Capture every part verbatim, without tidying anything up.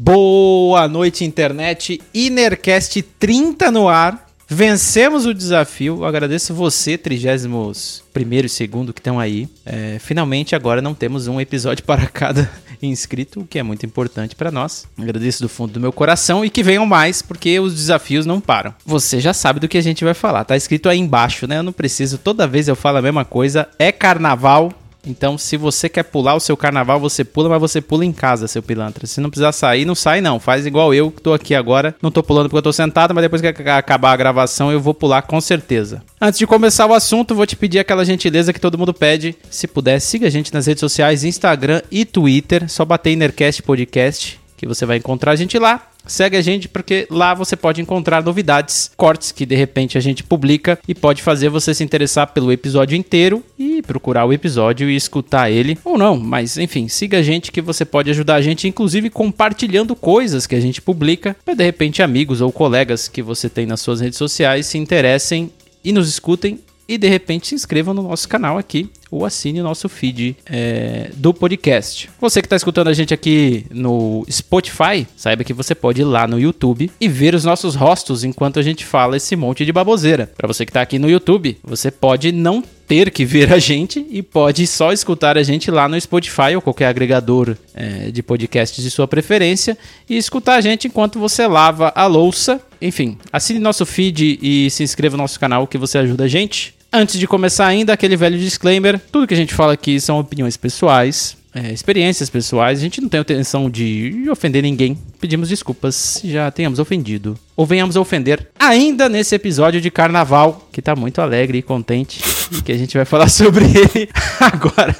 Boa noite, internet. Inercast trinta no ar. Vencemos o desafio. Eu agradeço você, trigésimos primeiro e segundo que estão aí. É, finalmente agora não temos um episódio para cada inscrito, o que é muito importante para nós. Agradeço do fundo do meu coração e que venham mais, porque os desafios não param. Você já sabe do que a gente vai falar. Tá escrito aí embaixo, né? Eu não preciso, toda vez eu falo a mesma coisa. É carnaval. Então, se você quer pular o seu carnaval, você pula, mas você pula em casa, seu pilantra. Se não precisar sair, não sai não. Faz igual eu, que tô aqui agora. Não tô pulando porque eu tô sentado, mas depois que acabar a gravação, eu vou pular com certeza. Antes de começar o assunto, vou te pedir aquela gentileza que todo mundo pede. Se puder, siga a gente nas redes sociais, Instagram e Twitter. Só bater Inercast Podcast, que você vai encontrar a gente lá. Segue a gente porque lá você pode encontrar novidades, cortes que de repente a gente publica e pode fazer você se interessar pelo episódio inteiro e procurar o episódio e escutar ele ou não, mas enfim, siga a gente que você pode ajudar a gente, inclusive compartilhando coisas que a gente publica para de repente amigos ou colegas que você tem nas suas redes sociais se interessem e nos escutem e de repente se inscrevam no nosso canal aqui ou assine o nosso feed é, do podcast. Você que está escutando a gente aqui no Spotify, saiba que você pode ir lá no YouTube e ver os nossos rostos enquanto a gente fala esse monte de baboseira. Para você que está aqui no YouTube, você pode não ter que ver a gente e pode só escutar a gente lá no Spotify ou qualquer agregador é, de podcasts de sua preferência e escutar a gente enquanto você lava a louça. Enfim, assine nosso feed e se inscreva no nosso canal que você ajuda a gente. Antes de começar ainda, aquele velho disclaimer, tudo que a gente fala aqui são opiniões pessoais, é, experiências pessoais, a gente não tem a intenção de ofender ninguém, pedimos desculpas se já tenhamos ofendido, ou venhamos a ofender ainda nesse episódio de carnaval, que tá muito alegre e contente, e que a gente vai falar sobre ele agora.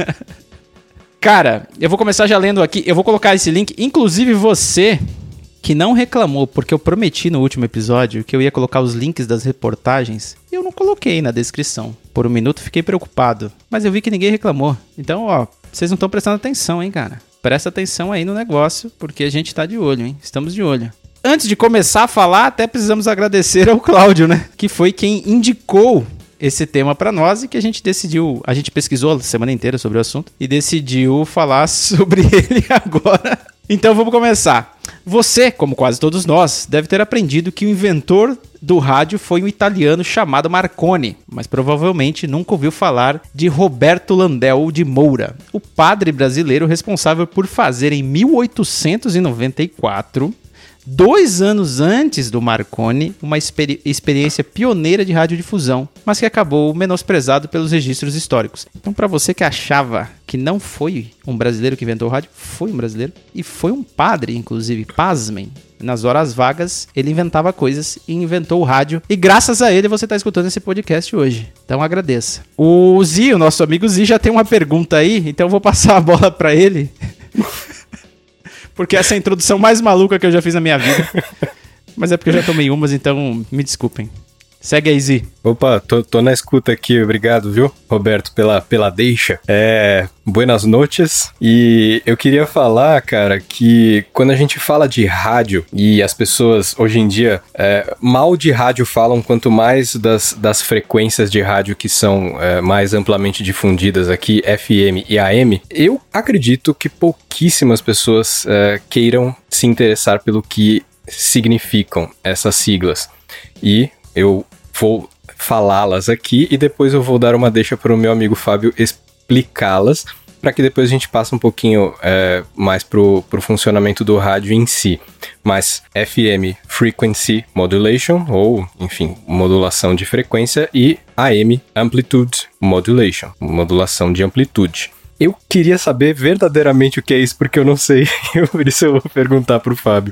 Cara, eu vou começar já lendo aqui, eu vou colocar esse link, inclusive você que não reclamou, porque eu prometi no último episódio que eu ia colocar os links das reportagens, e eu não coloquei na descrição. Por um minuto fiquei preocupado, mas eu vi que ninguém reclamou. Então, ó, vocês não estão prestando atenção, hein, cara? Presta atenção aí no negócio, porque a gente tá de olho, hein? Estamos de olho. Antes de começar a falar, até precisamos agradecer ao Cláudio, né? Que foi quem indicou esse tema pra nós e que a gente decidiu, a gente pesquisou a semana inteira sobre o assunto e decidiu falar sobre ele agora. Então vamos começar. Você, como quase todos nós, deve ter aprendido que o inventor do rádio foi um italiano chamado Marconi, mas provavelmente nunca ouviu falar de Roberto Landel de Moura, o padre brasileiro responsável por fazer em mil oitocentos e noventa e quatro, dois anos antes do Marconi, uma experi- experiência pioneira de radiodifusão, mas que acabou menosprezado pelos registros históricos. Então, para você que achava que não foi um brasileiro que inventou o rádio, foi um brasileiro e foi um padre, inclusive, pasmem. Nas horas vagas, ele inventava coisas e inventou o rádio. E graças a ele você está escutando esse podcast hoje. Então agradeça. O Zi, o nosso amigo Zi, já tem uma pergunta aí, então eu vou passar a bola para ele. Porque essa é a introdução mais maluca que eu já fiz na minha vida. Mas é porque eu já tomei umas, então me desculpem. Segue aí, Zi. Opa, tô, tô na escuta aqui, obrigado, viu, Roberto, pela, pela deixa. É, buenas noches. E eu queria falar, cara, que quando a gente fala de rádio, e as pessoas hoje em dia é, mal de rádio falam, quanto mais das, das frequências de rádio que são é, mais amplamente difundidas aqui, F M e A M, eu acredito que pouquíssimas pessoas é, queiram se interessar pelo que significam essas siglas. E eu vou falá-las aqui e depois eu vou dar uma deixa para o meu amigo Fábio explicá-las, para que depois a gente passe um pouquinho é, mais pro, pro funcionamento do rádio em si. Mas F M, Frequency Modulation, ou, enfim, modulação de frequência, e A M, Amplitude Modulation, modulação de amplitude. Eu queria saber verdadeiramente o que é isso, porque eu não sei, por isso eu vou perguntar pro Fábio.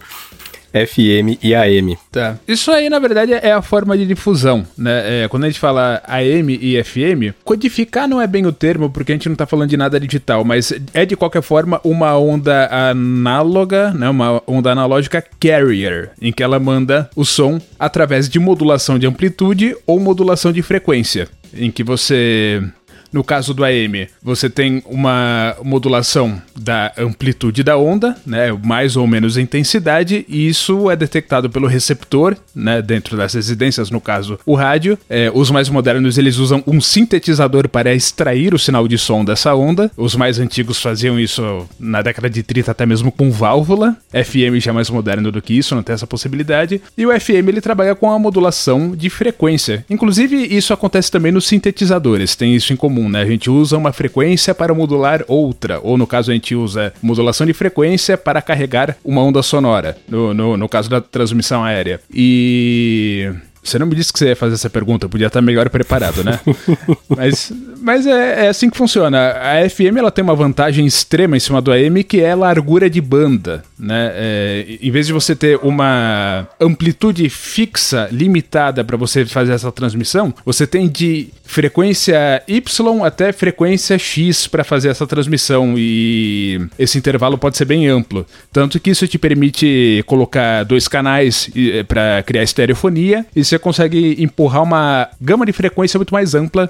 F M e A M. Tá. Isso aí, na verdade, é a forma de difusão, né? É, quando a gente fala A M e F M, codificar não é bem o termo, porque a gente não tá falando de nada digital, mas é, de qualquer forma, uma onda análoga, né? Uma onda analógica carrier, em que ela manda o som através de modulação de amplitude ou modulação de frequência, em que você No caso do A M, você tem uma modulação da amplitude da onda, né, mais ou menos intensidade, e isso é detectado pelo receptor, né, dentro das residências, no caso o rádio. É, os mais modernos, eles usam um sintetizador para extrair o sinal de som dessa onda. Os mais antigos faziam isso na década de trinta, até mesmo com válvula. F M já é mais moderno do que isso, não tem essa possibilidade. E o F M, ele trabalha com a modulação de frequência. Inclusive, isso acontece também nos sintetizadores, tem isso em comum, né? A gente usa uma frequência para modular outra, ou no caso a gente usa modulação de frequência para carregar uma onda sonora, no, no, no caso da transmissão aérea. E... Você não me disse que você ia fazer essa pergunta, eu podia estar melhor preparado, né? mas mas é, é assim que funciona. A F M ela tem uma vantagem extrema em cima do A M, que é a largura de banda, né? É, em vez de você ter uma amplitude fixa, limitada para você fazer essa transmissão, você tem de frequência Y até frequência X para fazer essa transmissão, e esse intervalo pode ser bem amplo. Tanto que isso te permite colocar dois canais para criar estereofonia, e você consegue empurrar uma gama de frequência muito mais ampla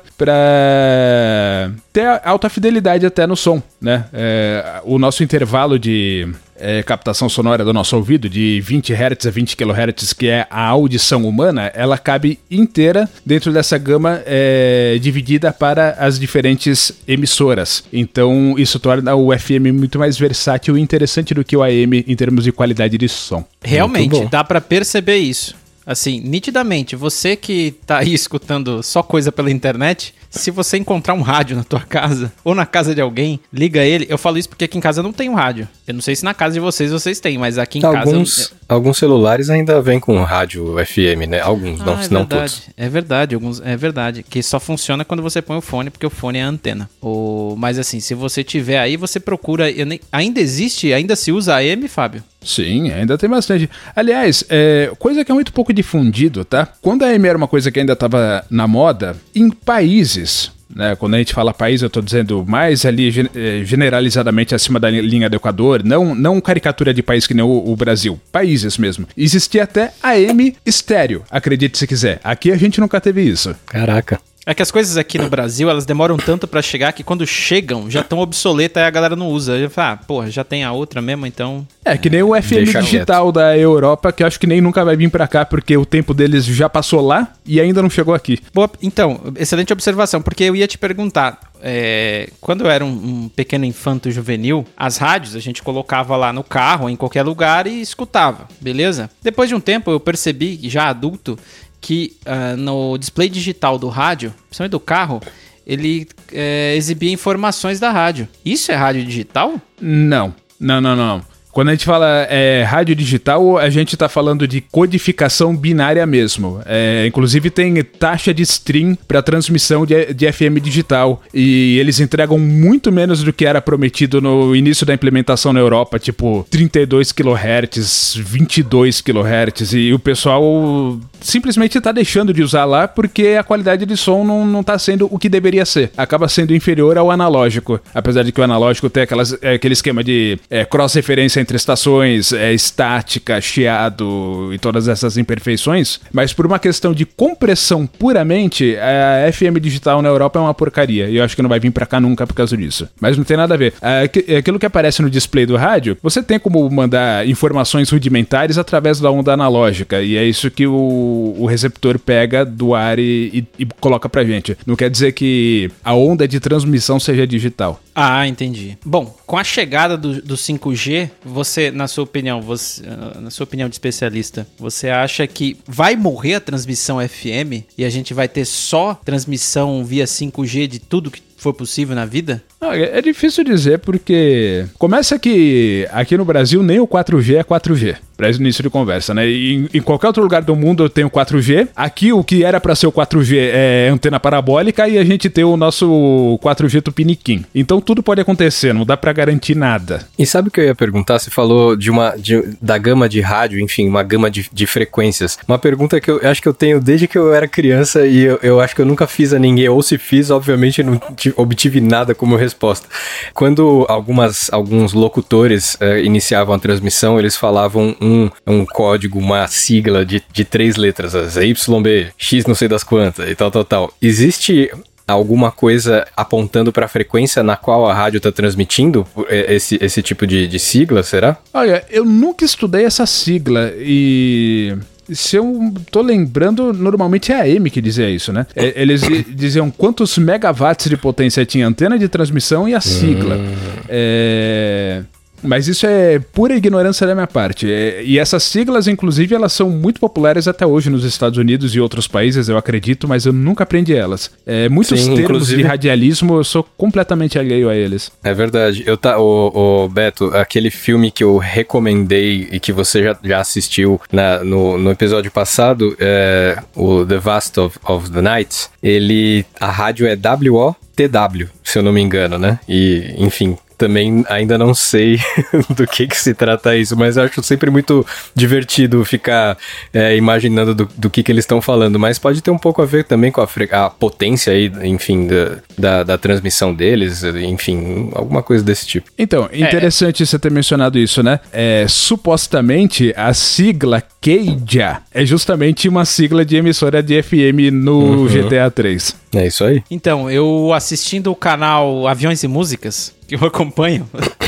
para ter alta fidelidade até no som, né? É, o nosso intervalo de é, captação sonora do nosso ouvido, de vinte hertz a vinte quilohertz, que é a audição humana, ela cabe inteira dentro dessa gama é, dividida para as diferentes emissoras. Então isso torna o F M muito mais versátil e interessante do que o A M em termos de qualidade de som. Realmente, dá para perceber isso. Assim, nitidamente, você que tá aí escutando só coisa pela internet, se você encontrar um rádio na tua casa, ou na casa de alguém, liga ele. Eu falo isso porque aqui em casa não tem um rádio. Eu não sei se na casa de vocês, vocês têm, mas aqui em alguns, casa... Eu... Alguns celulares ainda vêm com rádio F M, né? Alguns, ah, não, é não verdade, todos. É verdade, alguns, é verdade. Que só funciona quando você põe o fone, porque o fone é a antena. O, mas assim, se você tiver aí, você procura... Eu nem, ainda existe, ainda se usa A M, Fábio? Sim, ainda tem bastante. Aliás, é, coisa que é muito pouco difundido, tá? Quando a A M era uma coisa que ainda estava na moda, em países... Né, quando a gente fala país, eu tô dizendo mais ali generalizadamente acima da linha do Equador, não, não caricatura de país que nem o, o Brasil, países mesmo. Existia até A M estéreo, acredite se quiser. Aqui a gente nunca teve isso. Caraca. É que as coisas aqui no Brasil, elas demoram tanto pra chegar que quando chegam, já estão obsoletas e a galera não usa. Eu falo, ah, porra, já tem a outra mesmo, então... É, que nem o F M Deixa digital quieto. Da Europa, que eu acho que nem nunca vai vir pra cá, porque o tempo deles já passou lá e ainda não chegou aqui. Boa, então, excelente observação, porque eu ia te perguntar... É, quando eu era um, um pequeno infanto juvenil, as rádios a gente colocava lá no carro, em qualquer lugar, e escutava, beleza? Depois de um tempo eu percebi, já adulto, que uh, no display digital do rádio, principalmente do carro, ele é, exibia informações da rádio. Isso é rádio digital? Não, não, não, não. Quando a gente fala é, rádio digital, a gente está falando de codificação binária mesmo. É, inclusive tem taxa de stream para transmissão de, de F M digital. E eles entregam muito menos do que era prometido no início da implementação na Europa, tipo trinta e dois quilohertz, vinte e dois quilohertz. E o pessoal simplesmente está deixando de usar lá porque a qualidade de som não está sendo o que deveria ser. Acaba sendo inferior ao analógico. Apesar de que o analógico tem aquelas, é, aquele esquema de é, cross-referência entre estações, é, estática, chiado e todas essas imperfeições, mas por uma questão de compressão puramente, a F M digital na Europa é uma porcaria, e eu acho que não vai vir pra cá nunca por causa disso. Mas não tem nada a ver. Aquilo que aparece no display do rádio, você tem como mandar informações rudimentares através da onda analógica, e é isso que o, o receptor pega do ar e, e, e coloca pra gente. Não quer dizer que a onda de transmissão seja digital. Ah, entendi. Bom, com a chegada do, do cinco G, você, na sua opinião, você, na sua opinião de especialista, você acha que vai morrer a transmissão F M e a gente vai ter só transmissão via cinco G de tudo que for possível na vida? Ah, é difícil dizer porque começa que aqui no Brasil nem o quatro G é quatro G, para início de conversa, né? E em qualquer outro lugar do mundo eu tenho quatro G. Aqui o que era para ser o quatro G é antena parabólica e a gente tem o nosso quatro G tupiniquim. Então tudo pode acontecer, não dá para garantir nada. E sabe o que eu ia perguntar? Você falou de uma, de, da gama de rádio, enfim, uma gama de, de frequências. Uma pergunta que eu acho que eu tenho desde que eu era criança e eu, eu acho que eu nunca fiz a ninguém, ou se fiz, obviamente não obtive nada como resposta. Quando algumas, alguns locutores uh, iniciavam a transmissão, eles falavam um, um código, uma sigla de, de três letras, Y B, X não sei das quantas e tal, tal, tal. Existe alguma coisa apontando para a frequência na qual a rádio está transmitindo esse, esse tipo de, de sigla, será? Olha, eu nunca estudei essa sigla e... Se eu tô lembrando, normalmente é a A M que dizia isso, né? Eles diziam quantos megawatts de potência tinha a antena de transmissão e a sigla. Hum. É... Mas isso é pura ignorância da minha parte. É, e essas siglas, inclusive, elas são muito populares até hoje nos Estados Unidos e outros países, eu acredito, mas eu nunca aprendi elas. É, muitos Sim, termos inclusive... de radialismo, eu sou completamente alheio a eles. É verdade. Eu tá, o, o Beto, aquele filme que eu recomendei e que você já, já assistiu na, no, no episódio passado, é, o The Vast of, of the Night, ele, a rádio é W O T W, se eu não me engano, né? E, enfim... Também ainda não sei do que que se trata isso, mas eu acho sempre muito divertido ficar é, imaginando do, do que que eles estão falando, mas pode ter um pouco a ver também com a, fre- a potência aí, enfim, da, da, da transmissão deles, enfim, alguma coisa desse tipo. Então, interessante é. você ter mencionado isso, né? É, supostamente a sigla Keija é justamente uma sigla de emissora de F M no uhum. G T A três. É isso aí. Então, eu assistindo o canal Aviões e Músicas, que eu acompanho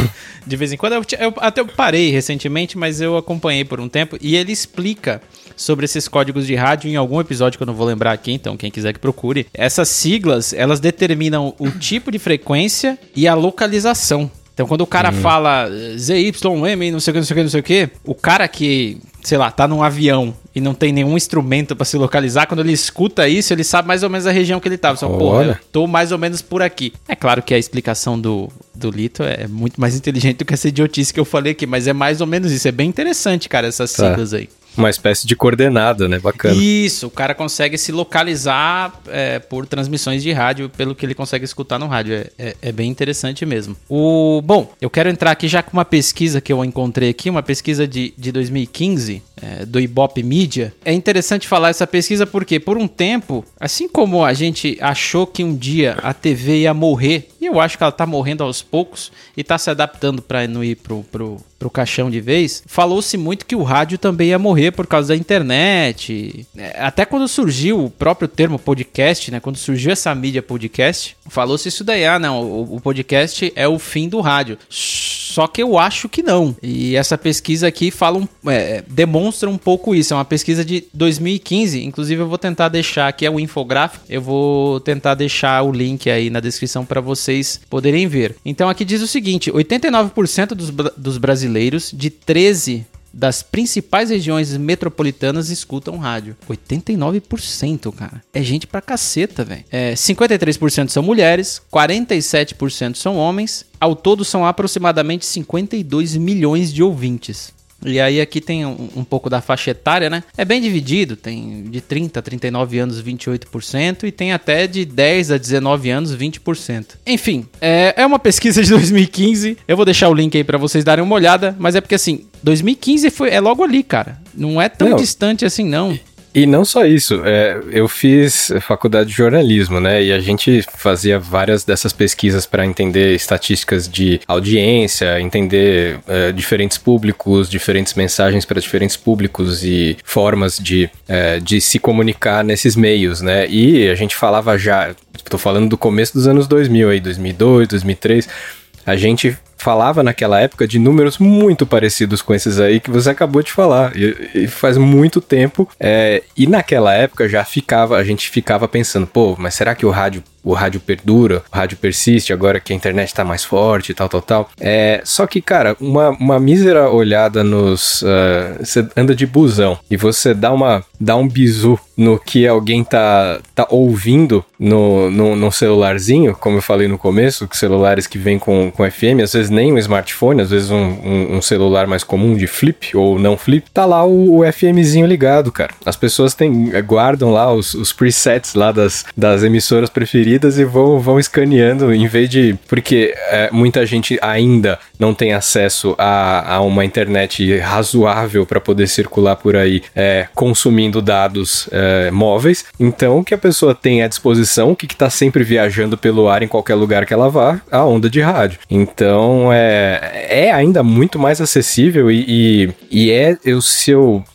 de vez em quando, eu, eu até eu parei recentemente, mas eu acompanhei por um tempo, e ele explica sobre esses códigos de rádio em algum episódio que eu não vou lembrar aqui, então quem quiser que procure. Essas siglas, elas determinam o tipo de frequência e a localização. Então, quando o cara uhum. fala Z Y M, não sei o que, não sei o que, não sei o que, o cara que, sei lá, tá num avião e não tem nenhum instrumento pra se localizar, quando ele escuta isso, ele sabe mais ou menos a região que ele tá. Só, porra, eu tô mais ou menos por aqui. É claro que a explicação do, do Lito é muito mais inteligente do que essa idiotice que eu falei aqui, mas é mais ou menos isso. É bem interessante, cara, essas tá. siglas aí. Uma espécie de coordenada, né? Bacana. Isso, o cara consegue se localizar é, por transmissões de rádio, pelo que ele consegue escutar no rádio. É, é, é bem interessante mesmo. O, bom, eu quero entrar aqui já com uma pesquisa que eu encontrei aqui, uma pesquisa de, de dois mil e quinze, é, do Ibope Media. É interessante falar essa pesquisa porque, por um tempo, assim como a gente achou que um dia a T V ia morrer, e eu acho que ela tá morrendo aos poucos e tá se adaptando para não ir pro... pro pro caixão de vez, falou-se muito que o rádio também ia morrer por causa da internet. Até quando surgiu o próprio termo podcast, né? Quando surgiu essa mídia podcast, falou-se isso daí, ah, não, o, o podcast é o fim do rádio. Só que eu acho que não. E essa pesquisa aqui fala um, é, demonstra um pouco isso. É uma pesquisa de dois mil e quinze. Inclusive, eu vou tentar deixar aqui é o infográfico. Eu vou tentar deixar o link aí na descrição para vocês poderem ver. Então, aqui diz o seguinte: oitenta e nove por cento dos, dos brasileiros de treze das principais regiões metropolitanas escutam rádio. oitenta e nove por cento, cara. É gente pra caceta, velho. É, cinquenta e três por cento são mulheres, quarenta e sete por cento são homens. Ao todo, são aproximadamente cinquenta e dois milhões de ouvintes. E aí aqui tem um, um pouco da faixa etária, né? É bem dividido, tem de trinta a trinta e nove anos, vinte e oito por cento, e tem até de dez a dezenove anos, vinte por cento. Enfim, é, é uma pesquisa de dois mil e quinze, eu vou deixar o link aí pra vocês darem uma olhada, mas é porque assim, dois mil e quinze foi, é logo ali, cara. Não é tão não. distante assim, não. E não só isso, é, eu fiz faculdade de jornalismo, né, e a gente fazia várias dessas pesquisas para entender estatísticas de audiência, entender é, diferentes públicos, diferentes mensagens para diferentes públicos e formas de, é, de se comunicar nesses meios, né, e a gente falava já, tô falando do começo dos anos dois mil, aí, dois mil e dois, dois mil e três, a gente falava naquela época de números muito parecidos com esses aí que você acabou de falar, e, e faz muito tempo, é, e naquela época já ficava, a gente ficava pensando, pô, mas será que o rádio o rádio perdura, o rádio persiste agora que a internet tá mais forte e tal, tal, tal. É, só que, cara, uma, uma mísera olhada nos... Uh, você anda de busão e você dá, uma, dá um bizu no que alguém tá, tá ouvindo no, no, no celularzinho, como eu falei no começo, que celulares que vêm com, com F M, às vezes nem um smartphone, às vezes um, um, um celular mais comum de flip ou não flip, tá lá o, o FMzinho ligado, cara. As pessoas têm, guardam lá os, os presets lá das, das emissoras preferidas e vão, vão escaneando, em vez de... Porque é, muita gente ainda não tem acesso a, a uma internet razoável para poder circular por aí é, consumindo dados é, móveis. Então, o que a pessoa tem à disposição, o que está sempre viajando pelo ar em qualquer lugar que ela vá, a onda de rádio. Então, é, é ainda muito mais acessível e, e, e é, eu, se eu...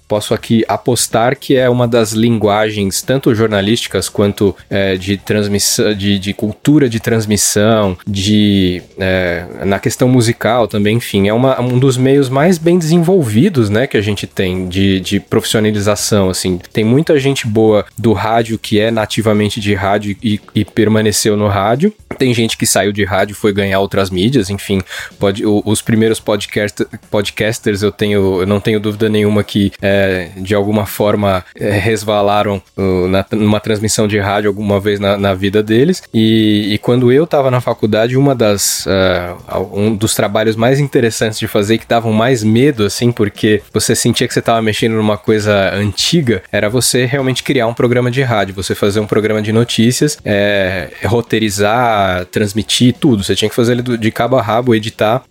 posso aqui apostar que é uma das linguagens, tanto jornalísticas quanto é, de transmissão, de, de cultura de transmissão, de é, na questão musical também, enfim, é uma, um dos meios mais bem desenvolvidos, né, que a gente tem de, de profissionalização, assim. Tem muita gente boa do rádio que é nativamente de rádio e, e permaneceu no rádio. Tem gente que saiu de rádio e foi ganhar outras mídias, enfim, pode, o, os primeiros podcast, podcasters eu, tenho, eu não tenho dúvida nenhuma que é, de alguma forma é, resvalaram uh, na, numa transmissão de rádio alguma vez na, na vida deles, e, e quando eu estava na faculdade, uma das, uh, um dos trabalhos mais interessantes de fazer, que davam mais medo, assim, porque você sentia que você estava mexendo numa coisa antiga, era você realmente criar um programa de rádio, você fazer um programa de notícias, é, roteirizar, transmitir tudo, você tinha que fazer ele de cabo a rabo, editar,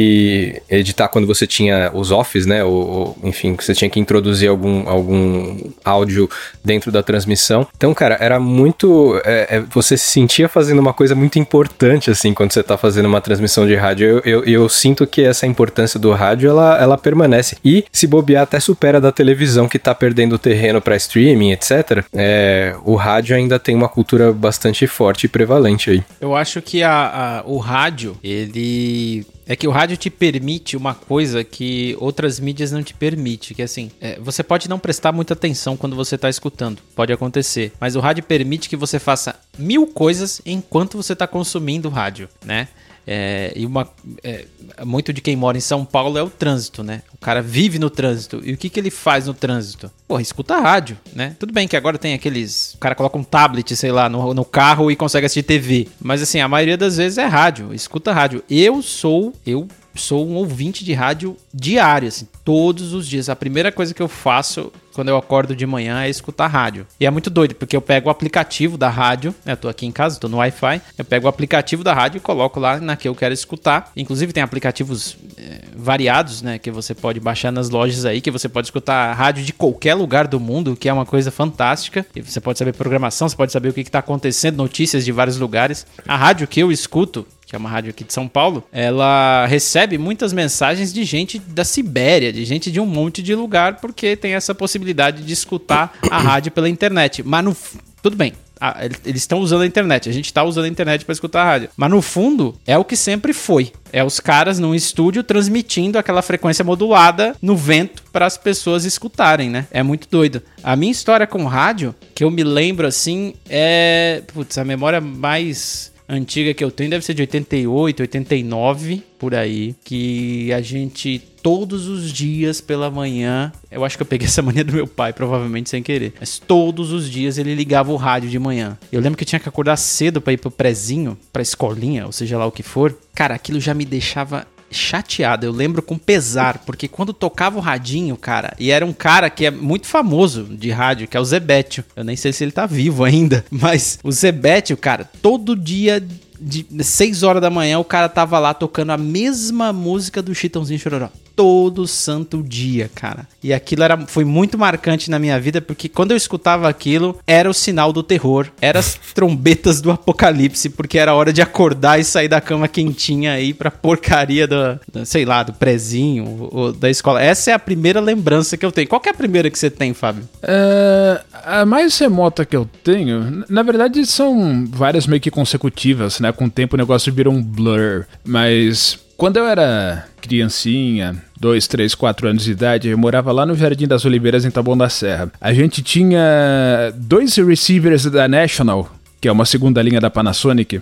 e editar quando você tinha os offs, né, ou, ou enfim, você tinha que introduzir algum, algum áudio dentro da transmissão. Então, cara, era muito, é, é, você se sentia fazendo uma coisa muito importante, assim, quando você tá fazendo uma transmissão de rádio. Eu, eu, eu sinto que essa importância do rádio, ela, ela permanece, e se bobear até supera da televisão, que tá perdendo terreno pra streaming, etcétera. É, o rádio ainda tem uma cultura bastante forte e prevalente aí. Eu acho que a, a, o rádio, ele... É que o rádio te permite uma coisa que outras mídias não te permitem, que assim, é, você pode não prestar muita atenção quando você está escutando, pode acontecer, mas o rádio permite que você faça mil coisas enquanto você está consumindo o rádio, né? É, e uma, é, muito de quem mora em São Paulo é o trânsito, né? O cara vive no trânsito. E o que, que ele faz no trânsito? Porra, escuta a rádio, né? Tudo bem que agora tem aqueles... O cara coloca um tablet, sei lá, no, no carro e consegue assistir T V. Mas assim, a maioria das vezes é rádio. Escuta a rádio. Eu sou... Eu sou um ouvinte de rádio diário, assim, todos os dias. A primeira coisa que eu faço quando eu acordo de manhã é escutar rádio. E é muito doido, porque eu pego o aplicativo da rádio, né? Eu tô aqui em casa, tô no Wi-Fi, eu pego o aplicativo da rádio e coloco lá na que eu quero escutar. Inclusive tem aplicativos é, variados, né? Que você pode baixar nas lojas aí, que você pode escutar rádio de qualquer lugar do mundo, que é uma coisa fantástica. E você pode saber programação, você pode saber o que, que tá acontecendo, notícias de vários lugares. A rádio que eu escuto, que é uma rádio aqui de São Paulo, ela recebe muitas mensagens de gente da Sibéria, de gente de um monte de lugar, porque tem essa possibilidade de escutar a rádio pela internet. Mas no... Tudo bem, eles estão usando a internet, a gente está usando a internet para escutar a rádio. Mas no fundo, é o que sempre foi. É os caras num estúdio transmitindo aquela frequência modulada no vento para as pessoas escutarem, né? É muito doido. A minha história com rádio, que eu me lembro assim, é... Putz, a memória mais... antiga que eu tenho deve ser de oitenta e oito, oitenta e nove, por aí, que a gente todos os dias pela manhã, eu acho que eu peguei essa mania do meu pai, provavelmente sem querer, mas todos os dias ele ligava o rádio de manhã. Eu lembro que eu tinha que acordar cedo pra ir pro prezinho, pra escolinha, ou seja lá o que for. Cara, aquilo já me deixava chateado, eu lembro com pesar, porque quando tocava o radinho, cara, e era um cara que é muito famoso de rádio, que é o Zebétio, eu nem sei se ele tá vivo ainda, mas o Zebétio, cara, todo dia de seis horas da manhã o cara tava lá tocando a mesma música do Chitãozinho Chororó. Todo santo dia, cara. E aquilo era, foi muito marcante na minha vida, porque quando eu escutava aquilo, era o sinal do terror, eram as trombetas do apocalipse, porque era hora de acordar e sair da cama quentinha aí pra porcaria do, do sei lá, do prezinho ou da escola. Essa é a primeira lembrança que eu tenho. Qual que é a primeira que você tem, Fábio? É, a mais remota que eu tenho, na verdade são várias meio que consecutivas, né? Com o tempo o negócio virou um blur, mas... Quando eu era criancinha, dois, três, quatro anos de idade, eu morava lá no Jardim das Oliveiras, em Taboão da Serra. A gente tinha dois receivers da National, que é uma segunda linha da Panasonic,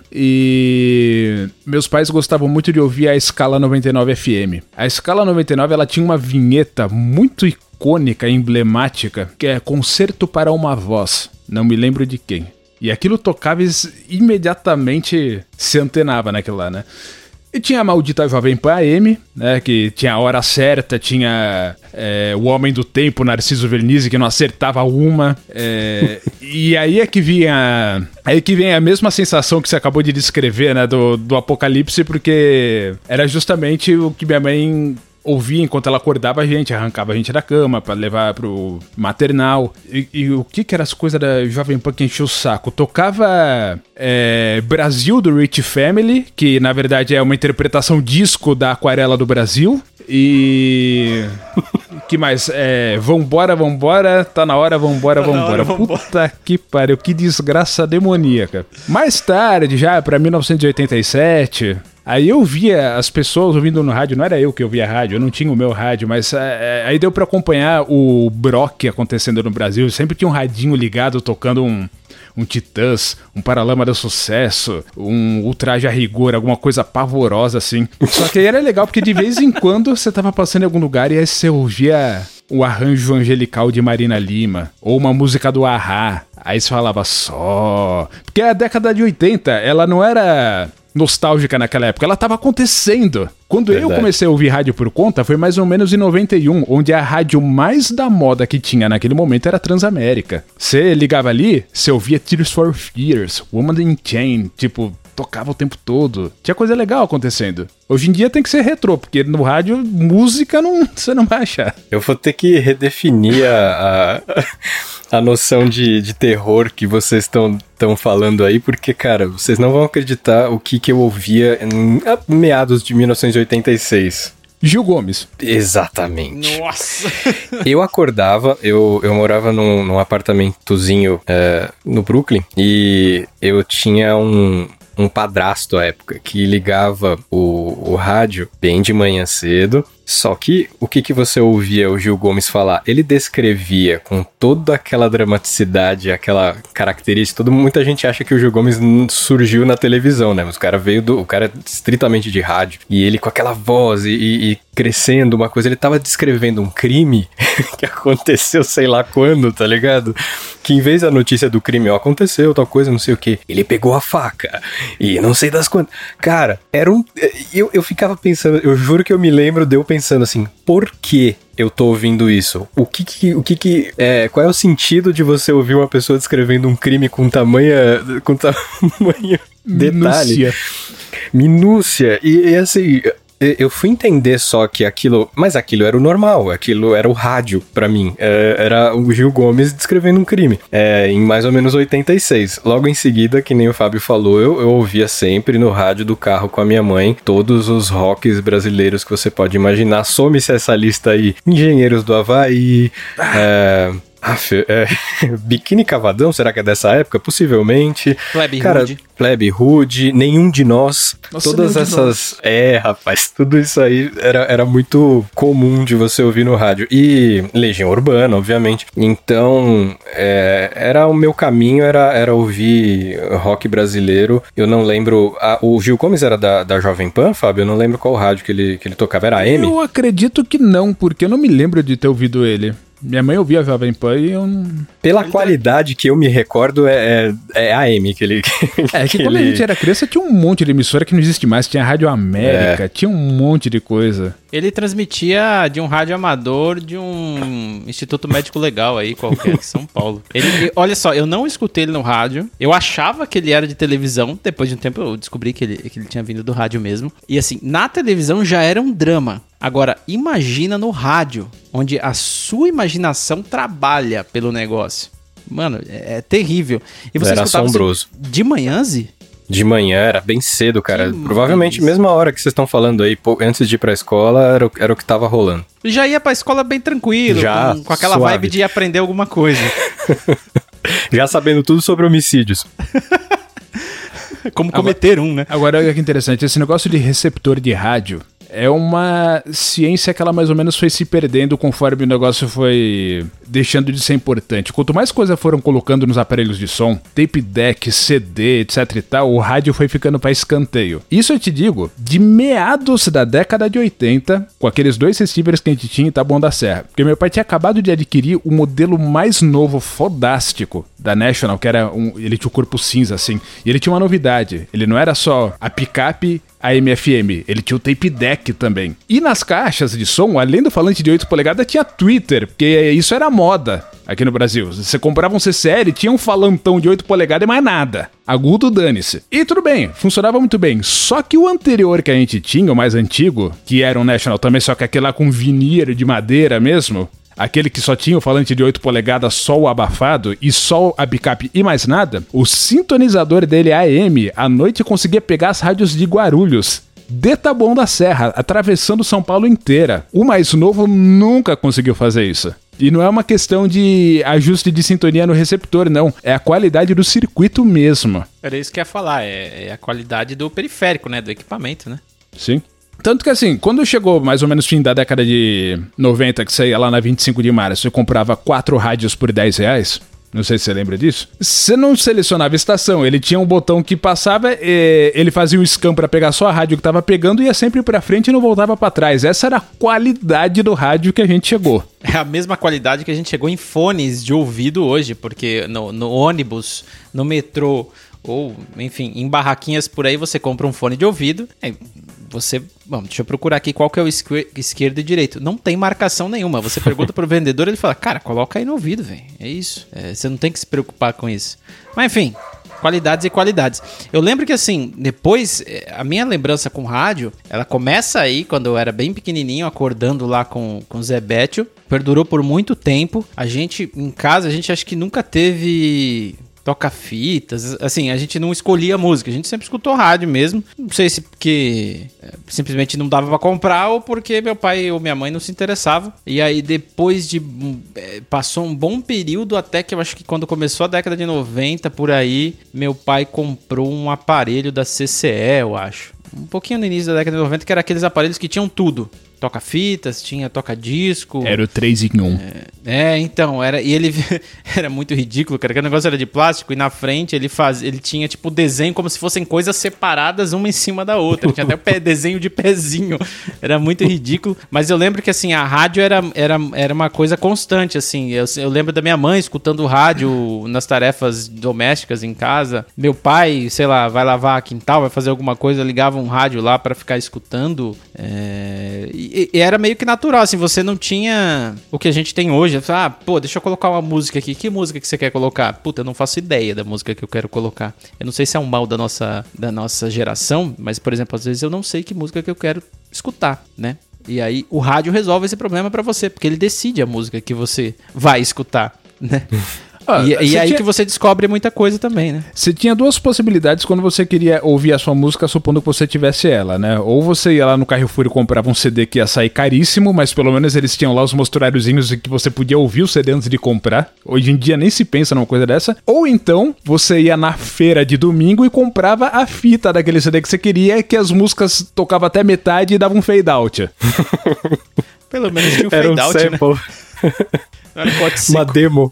e meus pais gostavam muito de ouvir a Escala noventa e nove F M. A Escala noventa e nove, ela tinha uma vinheta muito icônica, emblemática, que é Concerto para uma Voz. Não me lembro de quem. E aquilo tocava e imediatamente se antenava naquilo lá, né? E tinha a maldita Jovem Pan A M, né, que tinha a hora certa, tinha é, o Homem do Tempo, Narciso Vernizzi, que não acertava uma. É, e aí é que vinha... Aí que vem a mesma sensação que você acabou de descrever, né, do, do apocalipse, porque era justamente o que minha mãe... ouvia enquanto ela acordava a gente, arrancava a gente da cama pra levar pro maternal. E, e o que que eram as coisas da Jovem Pan que encheu o saco? Tocava é, Brasil, do Rich Family, que na verdade é uma interpretação disco da Aquarela do Brasil. E... Que mais? É, vambora, vambora, tá na hora, vambora, tá vambora. Hora, vambora. Puta que pariu, que desgraça demoníaca. Mais tarde, já pra mil novecentos e oitenta e sete... Aí eu via as pessoas ouvindo no rádio, não era eu que ouvia rádio, eu não tinha o meu rádio, mas é, aí deu pra acompanhar o Brock acontecendo no Brasil, sempre tinha um radinho ligado tocando um, um Titãs, um Paralama do Sucesso, um Ultraje a Rigor, alguma coisa pavorosa assim. Só que aí era legal porque de vez em quando você tava passando em algum lugar e aí você ouvia o arranjo angelical de Marina Lima, ou uma música do A-ha, aí você falava só... Porque a década de oitenta, ela não era... nostálgica naquela época, ela tava acontecendo. Quando Verdade. eu comecei a ouvir rádio por conta, foi mais ou menos em noventa e um, onde a rádio mais da moda que tinha naquele momento era Transamérica. Você ligava ali, você ouvia Tears for Fears, Woman in Chain, tipo, tocava o tempo todo. Tinha coisa legal acontecendo. Hoje em dia tem que ser retrô, porque no rádio, música não, você não vai achar. Eu vou ter que redefinir a, a, a noção de, de terror que vocês estão falando aí, porque, cara, vocês não vão acreditar o que, que eu ouvia em a meados de mil novecentos e oitenta e seis. Gil Gomes. Exatamente. Nossa! Eu acordava, eu, eu morava num, num apartamentozinho é, no Brooklyn, e eu tinha um... um padrasto à época, que ligava o, o rádio bem de manhã cedo, só que o que, que você ouvia o Gil Gomes falar? Ele descrevia com toda aquela dramaticidade, aquela característica, todo, muita gente acha que o Gil Gomes surgiu na televisão, né? Mas o cara veio do, o cara é estritamente de rádio, e ele com aquela voz e, e, e crescendo uma coisa, ele tava descrevendo um crime que aconteceu sei lá quando, tá ligado? Que em vez da notícia do crime, ó, aconteceu tal coisa, não sei o que, ele pegou a faca e não sei das quantas. Cara, era um... Eu, eu ficava pensando, eu juro que eu me lembro de eu pensando assim, por que eu tô ouvindo isso? O que que... O que, que é, qual é o sentido de você ouvir uma pessoa descrevendo um crime com tamanha... Com tamanho detalhe? Minúcia. Minúcia. E, e assim... Eu fui entender só que aquilo... Mas aquilo era o normal, aquilo era o rádio pra mim. É, era o Gil Gomes descrevendo um crime. É, em mais ou menos oitenta e seis. Logo em seguida, que nem o Fábio falou, eu, eu ouvia sempre no rádio do carro com a minha mãe todos os rocks brasileiros que você pode imaginar. Some-se essa lista aí. Engenheiros do Havaí... É... Ah, é, Biquíni Cavadão, será que é dessa época? Possivelmente. Plebe Cara, Rude. Plebe Rude, Nenhum de Nós. Nossa, todas essas... É, rapaz, tudo isso aí era, era muito comum de você ouvir no rádio. E Legião Urbana, obviamente. Então, é, era o meu caminho, era, era ouvir rock brasileiro. Eu não lembro... A, o Gil Gomes era da, da Jovem Pan, Fábio? Eu não lembro qual rádio que ele, que ele tocava. Era a M? Eu acredito que não, porque eu não me lembro de ter ouvido ele. Minha mãe ouvia a Jovem Pan e eu não... Pela ele qualidade tá... que eu me recordo, é, é, é a M que ele... É, que, que quando ele... a gente era criança tinha um monte de emissora que não existe mais. Tinha Rádio América, é. tinha um monte de coisa. Ele transmitia de um rádio amador de um Instituto Médico Legal aí, qualquer, de São Paulo. Ele, olha só, eu não escutei ele no rádio. Eu achava que ele era de televisão. Depois de um tempo eu descobri que ele, que ele tinha vindo do rádio mesmo. E assim, na televisão já era um drama. Agora, imagina no rádio, onde a sua imaginação trabalha pelo negócio. Mano, é, é terrível. E você era assombroso. Você, de manhãze? De manhã, era bem cedo, cara. Que Provavelmente, delícia. Mesma hora que vocês estão falando aí, antes de ir pra escola, era o, era o que tava rolando. Já ia pra escola bem tranquilo, Já, com, com aquela suave. vibe de aprender alguma coisa. Já sabendo tudo sobre homicídios. Como cometer um, né? Agora, olha que interessante, esse negócio de receptor de rádio é uma ciência que ela mais ou menos foi se perdendo conforme o negócio foi deixando de ser importante. Quanto mais coisa foram colocando nos aparelhos de som, tape deck, C D, etc e tal, o rádio foi ficando para escanteio. Isso eu te digo, de meados da década de oitenta, com aqueles dois receivers que a gente tinha em Taboão da Serra. Porque meu pai tinha acabado de adquirir o modelo mais novo, fodástico, da National, que era um... ele tinha o corpo cinza, assim. E ele tinha uma novidade. Ele não era só a picape A M F M, ele tinha o tape deck também. E nas caixas de som, além do falante de oito polegadas, tinha Twitter, porque isso era moda aqui no Brasil. Você comprava um C C L, tinha um falantão de oito polegadas e mais nada. Agudo, dane-se. E tudo bem, funcionava muito bem. Só que o anterior que a gente tinha, o mais antigo, que era um National também, só que aquele lá com veneer de madeira mesmo... Aquele que só tinha o falante de oito polegadas, só o abafado e só a backup e mais nada, o sintonizador dele A M, à noite conseguia pegar as rádios de Guarulhos. de Taboão da Serra, atravessando São Paulo inteira. O mais novo nunca conseguiu fazer isso. E não é uma questão de ajuste de sintonia no receptor, não. É a qualidade do circuito mesmo. Era isso que eu ia falar, é, é a qualidade do periférico, né? Do equipamento, né? Sim. Tanto que assim, quando chegou mais ou menos fim da década de noventa, que você ia lá na vinte e cinco de março e comprava quatro rádios por dez reais... Não sei se você lembra disso. Você não selecionava a estação, ele tinha um botão que passava, ele fazia um scan pra pegar só a rádio que tava pegando e ia sempre pra frente e não voltava pra trás. Essa era a qualidade do rádio que a gente chegou. É a mesma qualidade que a gente chegou em fones de ouvido hoje, porque no, no ônibus, no metrô, ou, enfim, em barraquinhas por aí, você compra um fone de ouvido, aí você... Bom, deixa eu procurar aqui qual que é o esquer- esquerdo e direito. Não tem marcação nenhuma. Você pergunta pro vendedor, ele fala, cara, coloca aí no ouvido, velho. É isso. É, você não tem que se preocupar com isso. Mas, enfim, qualidades e qualidades. Eu lembro que, assim, depois, a minha lembrança com rádio, ela começa aí, quando eu era bem pequenininho, acordando lá com, com o Zé Bétio. Perdurou por muito tempo. A gente, em casa, a gente acho que nunca teve... toca-fitas, assim, a gente não escolhia música, a gente sempre escutou rádio mesmo, não sei se porque é, simplesmente não dava pra comprar ou porque meu pai ou minha mãe não se interessavam, e aí depois de, é, passou um bom período até que eu acho que quando começou a década de noventa, por aí, meu pai comprou um aparelho da C C E, eu acho, um pouquinho no início da década de noventa, que era aqueles aparelhos que tinham tudo. Toca-fitas, tinha toca-disco. Era o três em um. É, é, então, era, e ele era muito ridículo, cara, que o negócio era de plástico e na frente ele, faz, ele tinha tipo desenho como se fossem coisas separadas uma em cima da outra. Ele tinha até o pé, desenho de pezinho. Era muito ridículo, mas eu lembro que assim, a rádio era, era, era uma coisa constante, assim. Eu, eu lembro da minha mãe escutando rádio nas tarefas domésticas em casa. Meu pai, sei lá, vai lavar quintal, vai fazer alguma coisa, ligava um rádio lá pra ficar escutando. É... E, E era meio que natural, assim, você não tinha o que a gente tem hoje. Ah, pô, deixa eu colocar uma música aqui. Que música que você quer colocar? Puta, eu não faço ideia da música que eu quero colocar. Eu não sei se é um mal da nossa, da nossa geração, mas, por exemplo, às vezes eu não sei que música que eu quero escutar, né? E aí o rádio resolve esse problema pra você, porque ele decide a música que você vai escutar, né? Ah, e e aí tinha... que você descobre muita coisa também, né? Você tinha duas possibilidades quando você queria ouvir a sua música, supondo que você tivesse ela, né? Ou você ia lá no Carrefour e comprava um C D que ia sair caríssimo, mas pelo menos eles tinham lá os mostruáriozinhos em que você podia ouvir o C D antes de comprar. Hoje em dia nem se pensa numa coisa dessa. Ou então, você ia na feira de domingo e comprava a fita daquele C D que você queria, que as músicas tocavam até metade e davam um fade out. Pelo menos tinha um fade um out, sample. Né? Uma demo.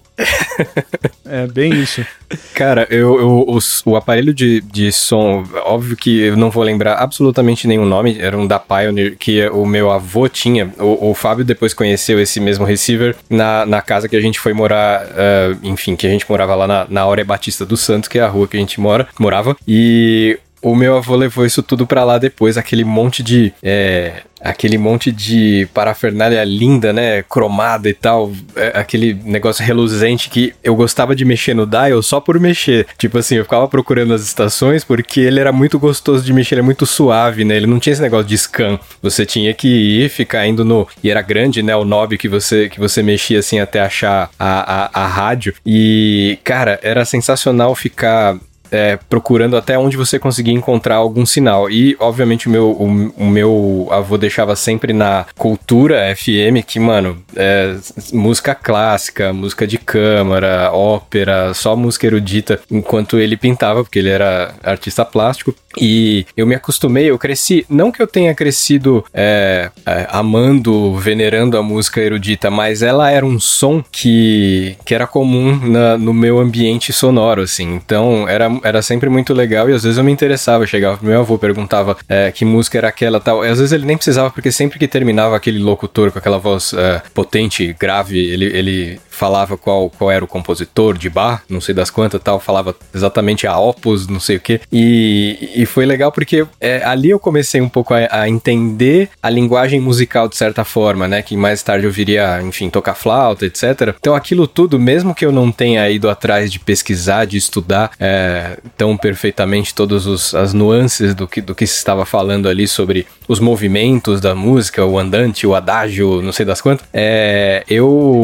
É bem isso. Cara, eu, eu, os, o aparelho de, de som, óbvio que eu não vou lembrar absolutamente nenhum nome, era um da Pioneer que o meu avô tinha. O, o Fábio depois conheceu esse mesmo receiver na, na casa que a gente foi morar, uh, enfim, que a gente morava lá na, na Áurea Batista dos Santos, que é a rua que a gente mora, morava, e o meu avô levou isso tudo pra lá depois, aquele monte de... É, aquele monte de parafernália linda, né, cromada e tal, é, aquele negócio reluzente que eu gostava de mexer no dial só por mexer. Tipo assim, eu ficava procurando as estações porque ele era muito gostoso de mexer, ele é muito suave, né, ele não tinha esse negócio de scan. Você tinha que ir, ficar indo no... E era grande, né, o knob que você, que você mexia assim até achar a, a, a rádio. E, cara, era sensacional ficar... É, procurando até onde você conseguia encontrar algum sinal. E, obviamente, o meu, o, o meu avô deixava sempre na Cultura F M, que, mano, é música clássica, música de câmara, ópera, só música erudita, enquanto ele pintava, porque ele era artista plástico. E eu me acostumei, eu cresci, não que eu tenha crescido é, é, amando, venerando a música erudita, mas ela era um som que, que era comum na, no meu ambiente sonoro, assim. Então, era era sempre muito legal e às vezes eu me interessava, eu chegava pro meu avô, perguntava é, que música era aquela e tal, e às vezes ele nem precisava, porque sempre que terminava aquele locutor com aquela voz é, potente, grave, ele, ele falava qual, qual era o compositor de Bach, não sei das quantas tal, falava exatamente a opus, não sei o que, e, e foi legal porque é, ali eu comecei um pouco a, a entender a linguagem musical de certa forma, né, que mais tarde eu viria, enfim, tocar flauta, etcétera. Então aquilo tudo, mesmo que eu não tenha ido atrás de pesquisar, de estudar é, tão perfeitamente todas os, as nuances do que, do que se estava falando ali sobre os movimentos da música, o andante, o adágio, não sei das quantas, é, eu...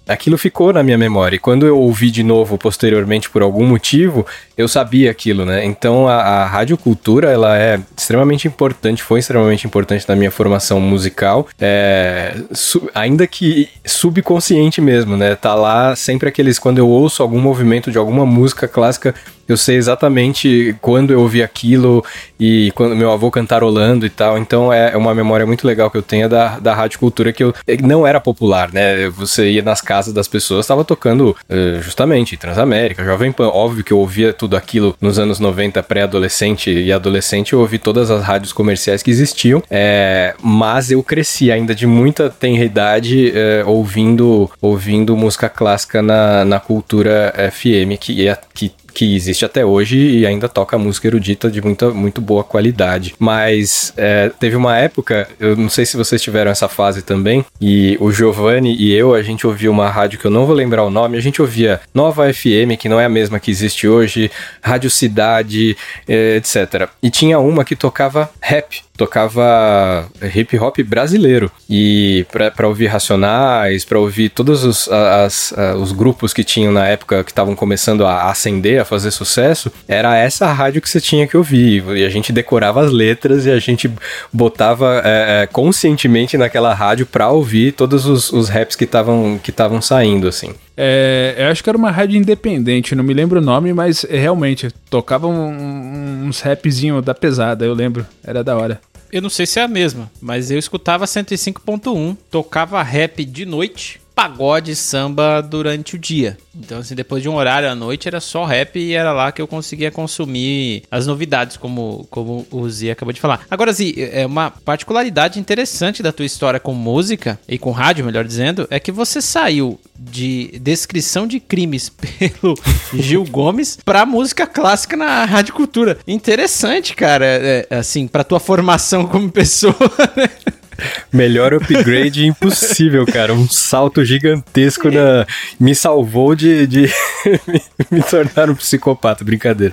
aquilo ficou na minha memória. E quando eu ouvi de novo, posteriormente, por algum motivo, eu sabia aquilo, né? Então a, a radiocultura, ela é extremamente importante, foi extremamente importante na minha formação musical, é, su, ainda que subconsciente mesmo, né? Tá lá sempre aqueles, quando eu ouço algum movimento de alguma música clássica, eu sei exatamente quando eu ouvi aquilo e quando meu avô cantarolando e tal. Então é uma memória muito legal que eu tenho da, da radiocultura, que eu, não era popular, né? Você ia nas casas das pessoas, estava tocando uh, justamente Transamérica, Jovem Pan. Óbvio que eu ouvia tudo aquilo nos anos noventa, pré-adolescente e adolescente, eu ouvi todas as rádios comerciais que existiam, é, mas eu cresci ainda de muita tenra idade é, ouvindo, ouvindo música clássica na, na Cultura F M, que é que que existe até hoje e ainda toca música erudita de muita, muito boa qualidade. Mas é, teve uma época, eu não sei se vocês tiveram essa fase também, e o Giovanni e eu, a gente ouvia uma rádio que eu não vou lembrar o nome, a gente ouvia Nova F M, que não é a mesma que existe hoje, Rádio Cidade, é, etcétera. E tinha uma que tocava rap, tocava hip hop brasileiro, e pra, pra ouvir Racionais, pra ouvir todos os, as, as, os grupos que tinham na época, que estavam começando a ascender, a fazer sucesso, era essa rádio que você tinha que ouvir, e a gente decorava as letras e a gente botava é, é, conscientemente naquela rádio pra ouvir todos os, os raps que estavam que estavam saindo, assim. É, eu acho que era uma rádio independente, não me lembro o nome, mas realmente tocava um, uns rapzinho da pesada, eu lembro, era da hora. Eu não sei se é a mesma, mas eu escutava cento e cinco ponto um, tocava rap de noite, pagode, samba durante o dia. Então, assim, depois de um horário à noite era só rap e era lá que eu conseguia consumir as novidades, como, como o Zi acabou de falar. Agora, Zi, é uma particularidade interessante da tua história com música, e com rádio, melhor dizendo, é que você saiu de descrição de crimes pelo Gil Gomes pra música clássica na Rádio Cultura. Interessante, cara, é, assim, pra tua formação como pessoa, né? Melhor upgrade impossível, cara. Um salto gigantesco na... me salvou de, de me tornar um psicopata, brincadeira.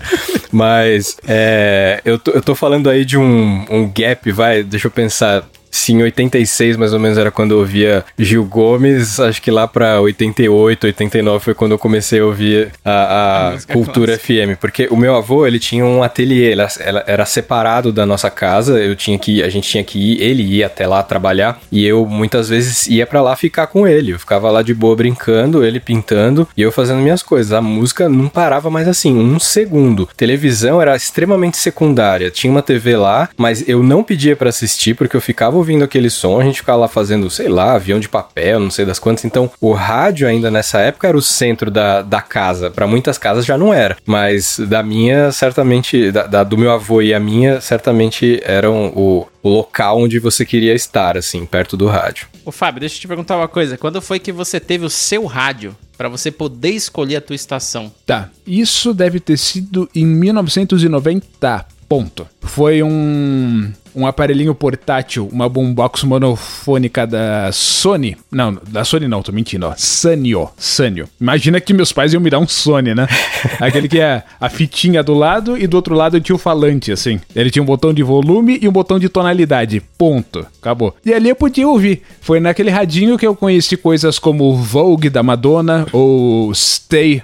Mas é, eu, tô, eu tô falando aí de um, um gap, vai, deixa eu pensar. Sim, em oitenta e seis, mais ou menos, era quando eu ouvia Gil Gomes. Acho que lá pra oitenta e oito, oitenta e nove foi quando eu comecei a ouvir a, a Cultura clássica. F M. Porque o meu avô, ele tinha um ateliê, ele era separado da nossa casa. Eu tinha que, a gente tinha que ir, ele ia até lá trabalhar. E eu, muitas vezes, ia pra lá ficar com ele. Eu ficava lá de boa brincando, ele pintando e eu fazendo minhas coisas. A música não parava mais assim, um segundo. Televisão era extremamente secundária. Tinha uma T V lá, mas eu não pedia pra assistir, porque eu ficava ouvindo aquele som, a gente ficava lá fazendo, sei lá, avião de papel, não sei das quantas. Então, o rádio ainda nessa época era o centro da, da casa. Para muitas casas já não era, mas da minha, certamente, da, da, do meu avô e a minha, certamente eram o, o local onde você queria estar, assim, perto do rádio. Ô Fábio, deixa eu te perguntar uma coisa. Quando foi que você teve o seu rádio para você poder escolher a tua estação? Tá, isso deve ter sido em mil novecentos e noventa, ponto. Foi um... um aparelhinho portátil, uma boombox monofônica da Sony. Não, da Sony não, tô mentindo, ó. Sanyo, Sanyo. Imagina que meus pais iam me dar um Sony, né? Aquele que é a fitinha do lado e do outro lado tinha o falante, assim. Ele tinha um botão de volume e um botão de tonalidade. Ponto. Acabou. E ali eu podia ouvir. Foi naquele radinho que eu conheci coisas como Vogue da Madonna ou Stay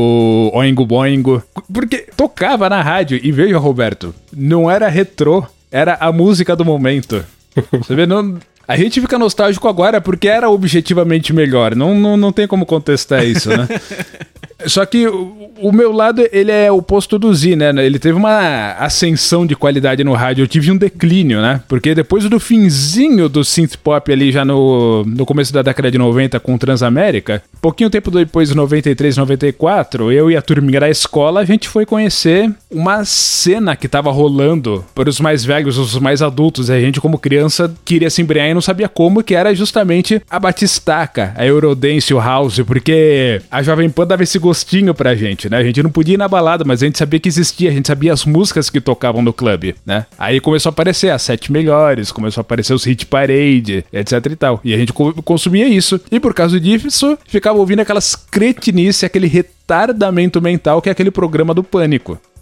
do Oingo Boingo. Porque tocava na rádio e veja, Roberto, não era retrô. Era a música do momento. Você vê, não... A gente fica nostálgico agora porque era objetivamente melhor. Não, não, não tem como contestar isso, né? Só que o, o meu lado, ele é o oposto do Zi, né? Ele teve uma ascensão de qualidade no rádio. Eu tive um declínio, né? Porque depois do finzinho do synth pop ali, já no, no começo da década de noventa com Transamérica, pouquinho tempo depois, noventa e três, noventa e quatro, eu e a turminha da escola, a gente foi conhecer uma cena que tava rolando para os mais velhos, os mais adultos. A gente, como criança, queria se embrenhar e não sabia como, que era justamente a batistaca, a Eurodance, o house, porque a Jovem Pan dava esse gostinho pra gente, né? A gente não podia ir na balada, mas a gente sabia que existia, a gente sabia as músicas que tocavam no clube, né? Aí começou a aparecer as sete melhores, começou a aparecer os hit parade, etc e tal. E a gente consumia isso. E por causa disso, ficava ouvindo aquelas cretinices, aquele retardamento mental que é aquele programa do Pânico.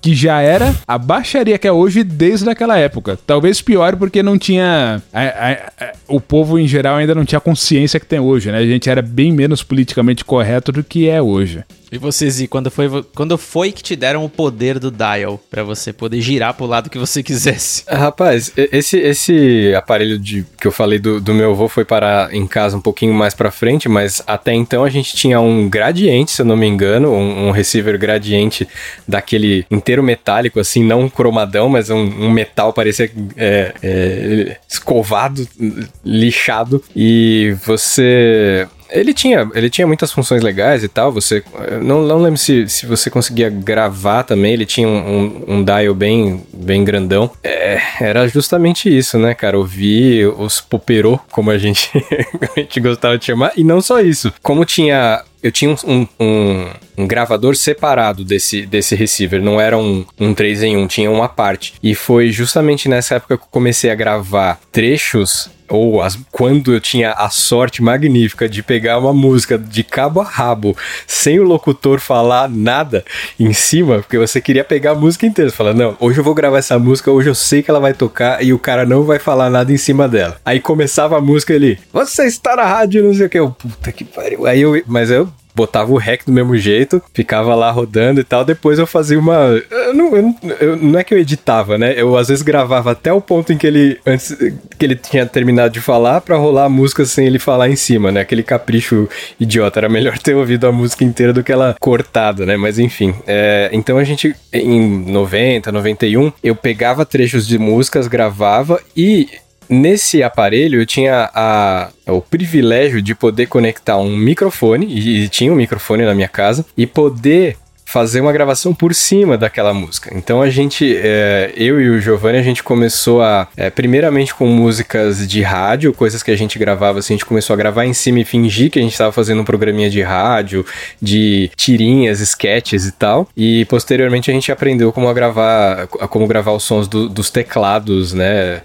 que já era a baixaria que é hoje desde aquela época. Talvez pior porque não tinha... A, a, a, o povo em geral ainda não tinha a consciência que tem hoje, né? A gente era bem menos politicamente correto do que é hoje. E você, Zi, quando foi, quando foi que te deram o poder do dial pra você poder girar pro lado que você quisesse? Rapaz, esse, esse aparelho de, que eu falei do, do meu avô foi parar em casa um pouquinho mais pra frente, mas até então a gente tinha um gradiente, se eu não me engano, um, um receiver gradiente daquele inteiro metálico, assim, não um cromadão, mas um, um metal, parecia é, é, escovado, lixado, e você... Ele tinha, ele tinha muitas funções legais e tal, você... Não, não lembro se, se você conseguia gravar também, ele tinha um, um, um dial bem, bem grandão. É, era justamente isso, né, cara? Ouvir os poperô, como a gente, a gente gostava de chamar, e não só isso. Como tinha... Eu tinha um, um, um, um gravador separado desse, desse receiver, não era um, um três em um, tinha uma parte. E foi justamente nessa época que eu comecei a gravar trechos, ou as, quando eu tinha a sorte magnífica de pegar uma música de cabo a rabo, sem o locutor falar nada em cima, porque você queria pegar a música inteira. Você fala, não, hoje eu vou gravar essa música, hoje eu sei que ela vai tocar e o cara não vai falar nada em cima dela. Aí começava a música ali, você está na rádio, não sei o que, eu, puta que pariu. Aí eu, mas eu botava o rec do mesmo jeito, ficava lá rodando e tal, depois eu fazia uma... Eu não, eu, eu, não é que eu editava, né? Eu às vezes gravava até o ponto em que ele, antes que ele tinha terminado de falar, pra rolar a música sem ele falar em cima, né? Aquele capricho idiota, era melhor ter ouvido a música inteira do que ela cortada, né? Mas enfim, é, então a gente, em noventa, noventa e um, eu pegava trechos de músicas, gravava e... Nesse aparelho eu tinha a, o privilégio de poder conectar um microfone, e, e tinha um microfone na minha casa, e poder fazer uma gravação por cima daquela música. Então a gente, é, eu e o Giovanni, a gente começou a, é, primeiramente com músicas de rádio, coisas que a gente gravava, assim, a gente começou a gravar em cima e fingir que a gente estava fazendo um programinha de rádio, de tirinhas, sketches e tal, e posteriormente a gente aprendeu como a gravar, como gravar os sons do, dos teclados, né,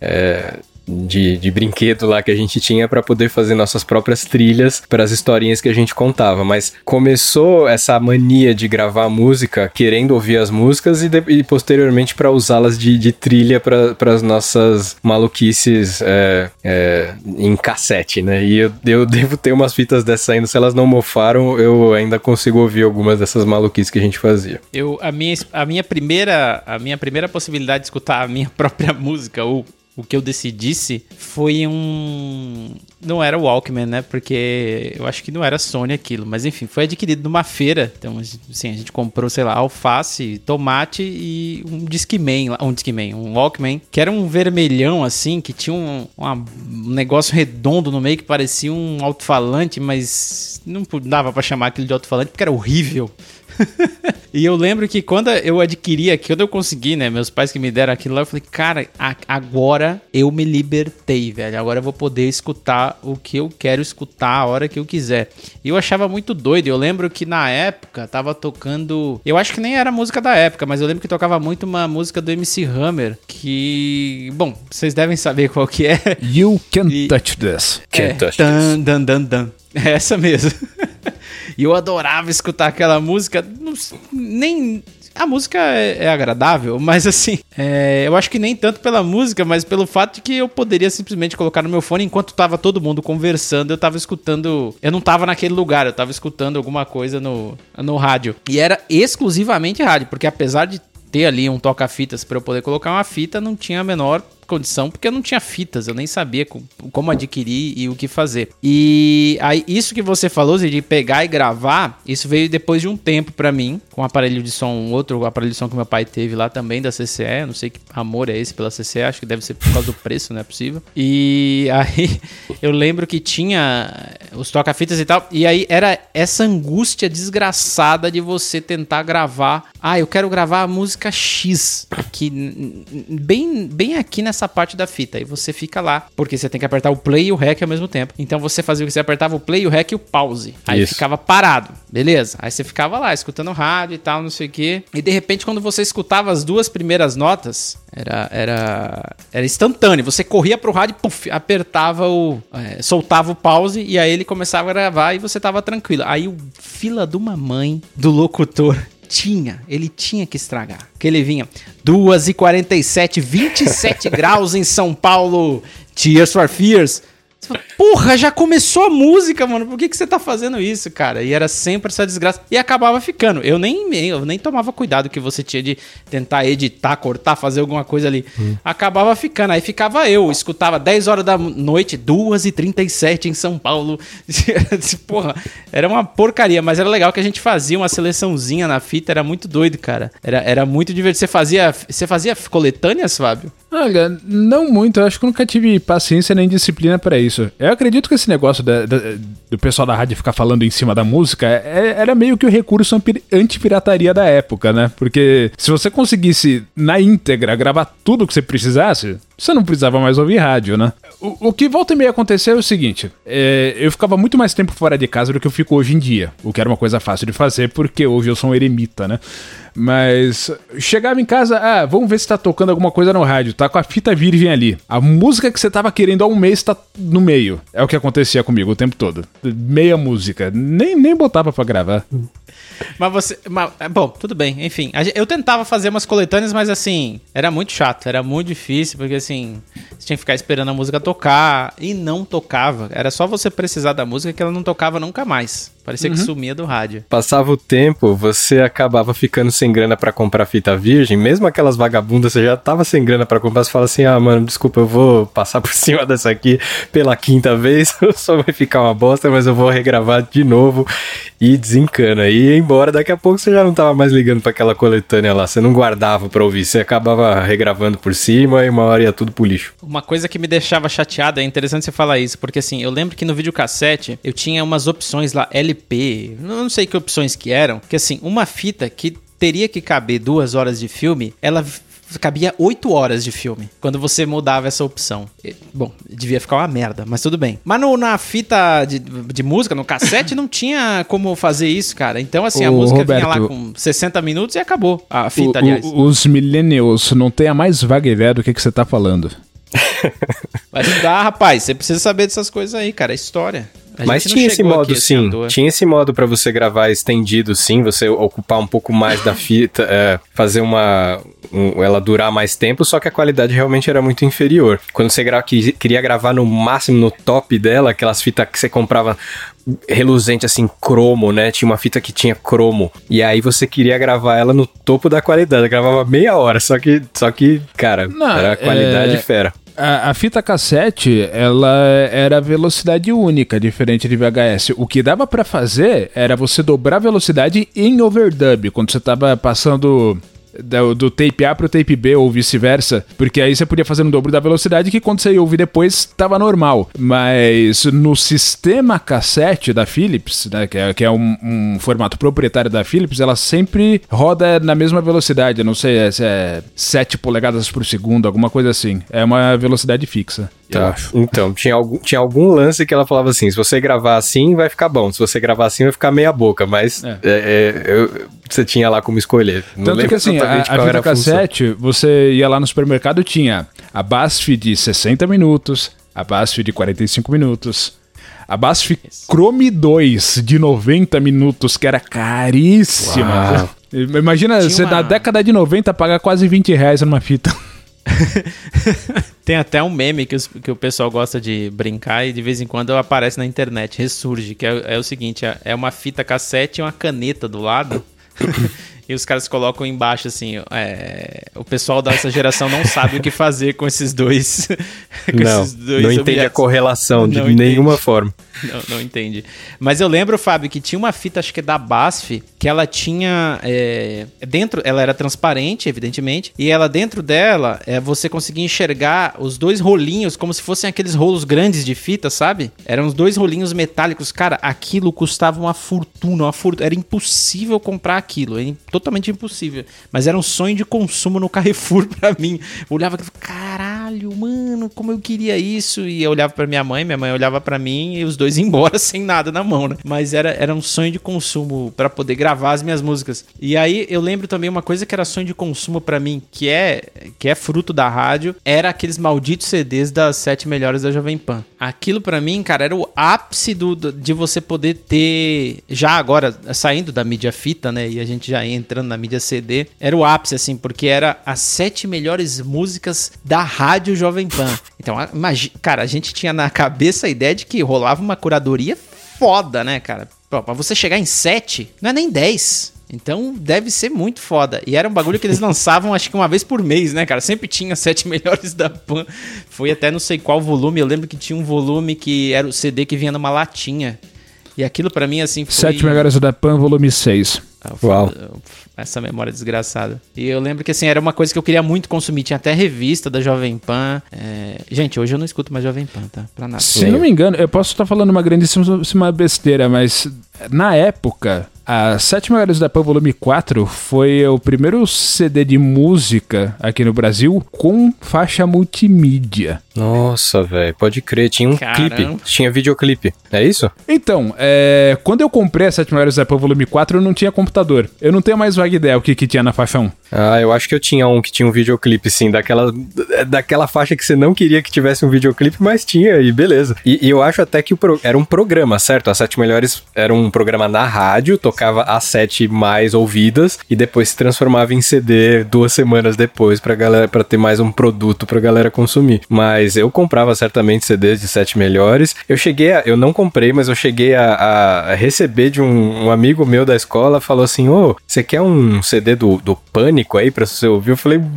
É, de, de brinquedo lá que a gente tinha para poder fazer nossas próprias trilhas para as historinhas que a gente contava, mas começou essa mania de gravar música, querendo ouvir as músicas e, de, e posteriormente para usá-las de, de trilha para as nossas maluquices é, é, em cassete, né? E eu, eu devo ter umas fitas dessas ainda, se elas não mofaram, eu ainda consigo ouvir algumas dessas maluquices que a gente fazia. Eu, a, minha, a, minha primeira, a minha primeira possibilidade de escutar a minha própria música, ou o que eu decidisse, foi um... Não era o Walkman, né? Porque eu acho que não era Sony aquilo. Mas enfim, foi adquirido numa feira. Então, assim, a gente comprou, sei lá, alface, tomate e um Discman. Um Discman, um Walkman. Que era um vermelhão, assim, que tinha um, uma, um negócio redondo no meio que parecia um alto-falante, mas não dava pra chamar aquilo de alto-falante porque era horrível. E eu lembro que quando eu adquiri aqui, quando eu consegui, né, meus pais que me deram aquilo lá, eu falei, cara, a, agora eu me libertei, velho, agora eu vou poder escutar o que eu quero escutar a hora que eu quiser. E eu achava muito doido, eu lembro que na época tava tocando, eu acho que nem era música da época, mas eu lembro que tocava muito uma música do M C Hammer, que, bom, vocês devem saber qual que é. You Can't e, Touch This. Can't é, touch dan, this. Dan, dan, dan. É essa mesmo. E eu adorava escutar aquela música. Nem... A música é, é agradável, mas assim... É, eu acho que nem tanto pela música, mas pelo fato de que eu poderia simplesmente colocar no meu fone enquanto tava todo mundo conversando, eu tava escutando... Eu não tava naquele lugar, eu tava escutando alguma coisa no, no rádio. E era exclusivamente rádio, porque apesar de ter ali um toca-fitas para eu poder colocar uma fita, não tinha a menor condição, porque eu não tinha fitas, eu nem sabia como adquirir e o que fazer. E aí, isso que você falou, Zé, de pegar e gravar, isso veio depois de um tempo pra mim, com um aparelho de som, um outro aparelho de som que meu pai teve lá também, da C C E, não sei que amor é esse pela C C E, acho que deve ser por causa do preço, não é possível. E aí, eu lembro que tinha os toca-fitas e tal, e aí era essa angústia desgraçada de você tentar gravar, ah, eu quero gravar a música X, aqui, bem, bem aqui nessa essa parte da fita, e você fica lá, porque você tem que apertar o play e o rec ao mesmo tempo. Então você fazia o que? Você apertava o play, o rec e o pause. Aí Isso. ficava parado, beleza? Aí você ficava lá, escutando rádio e tal, não sei o quê. E de repente, quando você escutava as duas primeiras notas, era, era, era instantâneo. Você corria pro rádio, puff, apertava o... É, soltava o pause, e aí ele começava a gravar e você tava tranquilo. Aí o fila de uma mãe do locutor tinha, ele tinha que estragar. Que ele vinha duas e quarenta e sete, vinte e sete graus em São Paulo, Tears for Fears. Você fala, porra, já começou a música, mano, por que, que você tá fazendo isso, cara? E era sempre essa desgraça. E acabava ficando. Eu nem, eu nem tomava cuidado que você tinha de tentar editar, cortar, fazer alguma coisa ali. Hum. Acabava ficando. Aí ficava eu, escutava dez horas da noite, duas e trinta e sete em São Paulo. Porra, era uma porcaria, mas era legal que a gente fazia uma seleçãozinha na fita, era muito doido, cara. Era, era muito divertido. Você fazia, você fazia coletâneas, Fábio? Olha, não muito. Eu acho que eu nunca tive paciência nem disciplina pra isso. Eu acredito que esse negócio da, da, do pessoal da rádio ficar falando em cima da música é, era meio que o recurso anti-pirataria da época, né? Porque se você conseguisse, na íntegra, gravar tudo que você precisasse, você não precisava mais ouvir rádio, né? O, o que volta e meia aconteceu é o seguinte, é, eu ficava muito mais tempo fora de casa do que eu fico hoje em dia, o que era uma coisa fácil de fazer, porque hoje eu sou um eremita, né? Mas chegava em casa, ah, vamos ver se tá tocando alguma coisa no rádio, tá com a fita virgem ali. A música que você tava querendo há um mês tá no meio. É o que acontecia comigo o tempo todo. Meia música. Nem, nem botava pra gravar. Mas você... Mas, bom, tudo bem, enfim. Eu tentava fazer umas coletâneas, mas assim, era muito chato, era muito difícil, porque assim, você tinha que ficar esperando a música tocar e não tocava. Era só você precisar da música que ela não tocava nunca mais. Parecia uhum. que sumia do rádio. Passava o tempo, você acabava ficando sem grana pra comprar fita virgem, mesmo aquelas vagabundas, você já tava sem grana pra comprar, você fala assim, ah, mano, desculpa, eu vou passar por cima dessa aqui pela quinta vez, só vai ficar uma bosta, mas eu vou regravar de novo e desencana. E ia embora, daqui a pouco você já não tava mais ligando pra aquela coletânea lá, você não guardava pra ouvir, você acabava regravando por cima e uma hora ia tudo pro lixo. Uma coisa que me deixava chateado, é interessante você falar isso, porque assim, eu lembro que no videocassete eu tinha umas opções lá, L P, não sei que opções que eram, que assim, uma fita que teria que caber duas horas de filme, ela cabia oito horas de filme, quando você mudava essa opção. Bom, devia ficar uma merda, mas tudo bem. Mas no, na fita de, de música, no cassete, não tinha como fazer isso, cara. Então, assim, a Ô, música Roberto, vinha lá com sessenta minutos e acabou. A fita, o, aliás. O, os millennials não tem a mais vaga ideia do que, que você tá falando. Vai estudar, rapaz. Você precisa saber dessas coisas aí, cara. É história. Mas tinha esse modo, sim. Tinha esse modo pra você gravar estendido, sim. Você ocupar um pouco mais da fita, é, fazer uma... Um, ela durar mais tempo, só que a qualidade realmente era muito inferior. Quando você gra- que, queria gravar no máximo, no top dela, aquelas fitas que você comprava reluzente, assim, cromo, né? Tinha uma fita que tinha cromo. E aí você queria gravar ela no topo da qualidade. Eu gravava meia hora, só que, só que cara, Não, era qualidade é... fera. A, a fita cassete, ela era velocidade única, diferente de V H S. O que dava pra fazer era você dobrar a velocidade em overdub, quando você tava passando do, do tape A pro tape B ou vice-versa, porque aí você podia fazer no dobro da velocidade que quando você ia ouvir depois tava normal. Mas no sistema cassete da Philips, né, que é, que é um, um formato proprietário da Philips, ela sempre roda na mesma velocidade, eu não sei se é sete polegadas por segundo, alguma coisa assim. É uma velocidade fixa. Tá. Então, tinha algum, tinha algum lance que ela falava assim, se você gravar assim vai ficar bom, se você gravar assim vai ficar meia boca, mas é. É, é, eu, você tinha lá como escolher. Não Tanto que assim, a, a fita cassete, você ia lá no supermercado, tinha a B A S F de sessenta minutos, a B A S F de quarenta e cinco minutos, a B A S F Chrome dois de noventa minutos, que era caríssima. Uau. Imagina, tinha você uma... na década de noventa pagar quase vinte reais numa fita. Tem até um meme que, os, que o pessoal gosta de brincar e de vez em quando aparece na internet, ressurge, que é, é o seguinte, é, é uma fita cassete e uma caneta do lado. E os caras colocam embaixo assim, é, o pessoal dessa geração não sabe o que fazer com esses dois. com não, esses dois não entende a correlação de não nenhuma entende. forma. Não, não entende. Mas eu lembro, Fábio, que tinha uma fita, acho que da B A S F, que ela tinha é, dentro, ela era transparente, evidentemente, e ela dentro dela, é, você conseguia enxergar os dois rolinhos, como se fossem aqueles rolos grandes de fita, sabe? Eram os dois rolinhos metálicos. Cara, aquilo custava uma fortuna, uma fortuna. Era impossível comprar aquilo, era totalmente impossível. Mas era um sonho de consumo no Carrefour pra mim. Eu olhava e falava, caralho, caralho, mano, como eu queria isso. E eu olhava pra minha mãe, minha mãe olhava pra mim e os dois iam embora sem nada na mão, né? Mas era, era um sonho de consumo pra poder gravar as minhas músicas. E aí eu lembro também uma coisa que era sonho de consumo pra mim, que é, que é fruto da rádio, era aqueles malditos C Ds das sete melhores da Jovem Pan. Aquilo pra mim, cara, era o ápice do, do, de você poder ter, já agora saindo da mídia fita, né, e a gente já entrando na mídia C D, era o ápice, assim, porque era as sete melhores músicas da rádio Jovem Pan. Então, imagina, cara, a gente tinha na cabeça a ideia de que rolava uma curadoria foda, né, cara? Pô, pra você chegar em sete, não é nem dez. Então deve ser muito foda. E era um bagulho que eles lançavam acho que uma vez por mês, né, cara? Sempre tinha sete melhores da Pan. Foi até não sei qual volume. Eu lembro que tinha um volume que era o C D que vinha numa latinha. E aquilo pra mim, assim, foi... Sete melhores da Pan, volume seis. Uau. Essa memória desgraçada. E eu lembro que, assim, era uma coisa que eu queria muito consumir. Tinha até revista da Jovem Pan. É... Gente, hoje eu não escuto mais Jovem Pan, tá? Pra nada. Se não me engano, eu posso estar falando uma grandíssima besteira, mas na época... A Sete Melhores da Pan Volume quatro foi o primeiro C D de música aqui no Brasil com faixa multimídia. Nossa, velho, pode crer, tinha um Caramba. clipe, tinha videoclipe, é isso? Então, é, quando eu comprei a Sete Melhores da Pan Volume quatro, eu não tinha computador. Eu não tenho mais vaga ideia o que, que tinha na faixa um. Ah, eu acho que eu tinha um que tinha um videoclipe, sim, daquela, daquela faixa que você não queria que tivesse um videoclipe, mas tinha, e beleza. E, e eu acho até que o pro, era um programa, certo? As Sete Melhores era um programa na rádio, tocava as sete mais ouvidas, e depois se transformava em C D duas semanas depois pra galera, pra ter mais um produto pra galera consumir. Mas eu comprava certamente C Ds de sete melhores. Eu cheguei a, eu não comprei, mas eu cheguei a, a receber de um, um amigo meu da escola, falou assim, ô, oh, você quer um C D do, do Pânico aí pra você ouvir? Eu falei,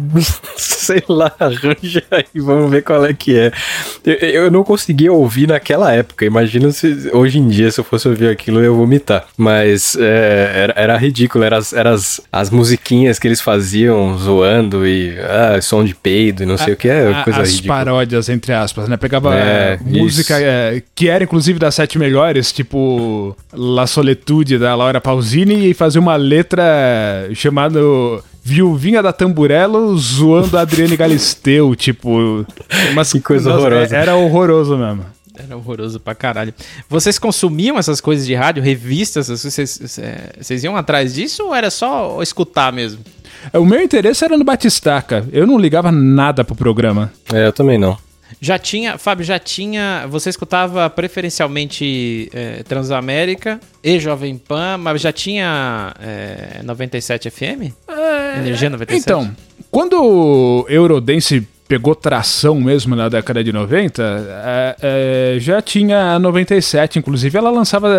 sei lá, arranja aí, vamos ver qual é que é. Eu, eu não conseguia ouvir naquela época, imagina se hoje em dia, se eu fosse ouvir aquilo, eu ia vomitar. Mas é, era, era ridículo, eram as, era as, as musiquinhas que eles faziam zoando e ah, som de peido e não sei a, o que, é coisa as ridícula. As paródias, entre aspas, né? Pegava é, música é, que era inclusive das sete melhores, tipo La Solitude da Laura Pausini, e fazia uma letra chamada Viuvinha da Tamburello zoando a Adriane Galisteu, tipo... Umas, que coisa nossa, horrorosa. Era horroroso mesmo. Era horroroso pra caralho. Vocês consumiam essas coisas de rádio, revistas? Vocês, vocês iam atrás disso ou era só escutar mesmo? O meu interesse era no Batistaca. Eu não ligava nada pro programa. É, eu também não. Já tinha, Fábio, já tinha... Você escutava preferencialmente é, Transamérica e Jovem Pan, mas já tinha é, noventa e sete F M? É, Energia noventa e sete? Então, quando o Eurodance pegou tração mesmo na década de noventa, é, é, já tinha a noventa e sete, inclusive ela lançava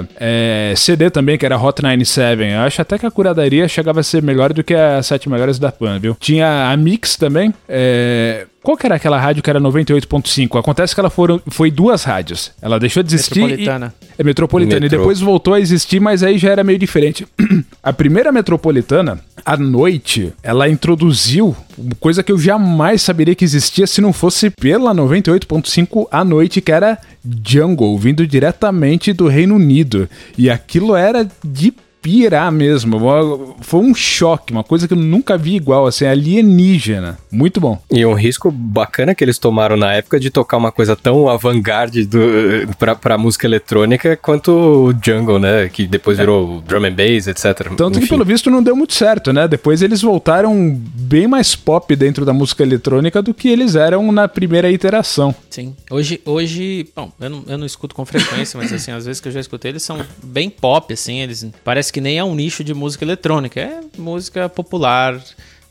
é, C D também, que era Hot noventa e sete. Eu acho até que a curadaria chegava a ser melhor do que as sete melhores da Pan, viu? Tinha a Mix também, é... Qual que era aquela rádio que era noventa e oito ponto cinco? Acontece que ela foram, foi duas rádios. Ela deixou de existir. Metropolitana. E, é Metropolitana. Metrô. E depois voltou a existir, mas aí já era meio diferente. A primeira Metropolitana, à noite, ela introduziu coisa que eu jamais saberia que existia se não fosse pela noventa e oito ponto cinco à noite, que era Jungle, vindo diretamente do Reino Unido. E aquilo era de pirar mesmo, foi um choque, uma coisa que eu nunca vi igual, assim, alienígena, muito bom. E um risco bacana que eles tomaram na época de tocar uma coisa tão avant-garde do, pra, pra música eletrônica quanto o Jungle, né, que depois é. virou drum and bass, etcétera. Tanto Enfim. que pelo visto não deu muito certo, né, depois eles voltaram bem mais pop dentro da música eletrônica do que eles eram na primeira iteração. Sim, hoje, hoje bom, eu não, eu não escuto com frequência, mas assim, às vezes que eu já escutei, eles são bem pop, assim, eles parece que nem é um nicho de música eletrônica, é música popular,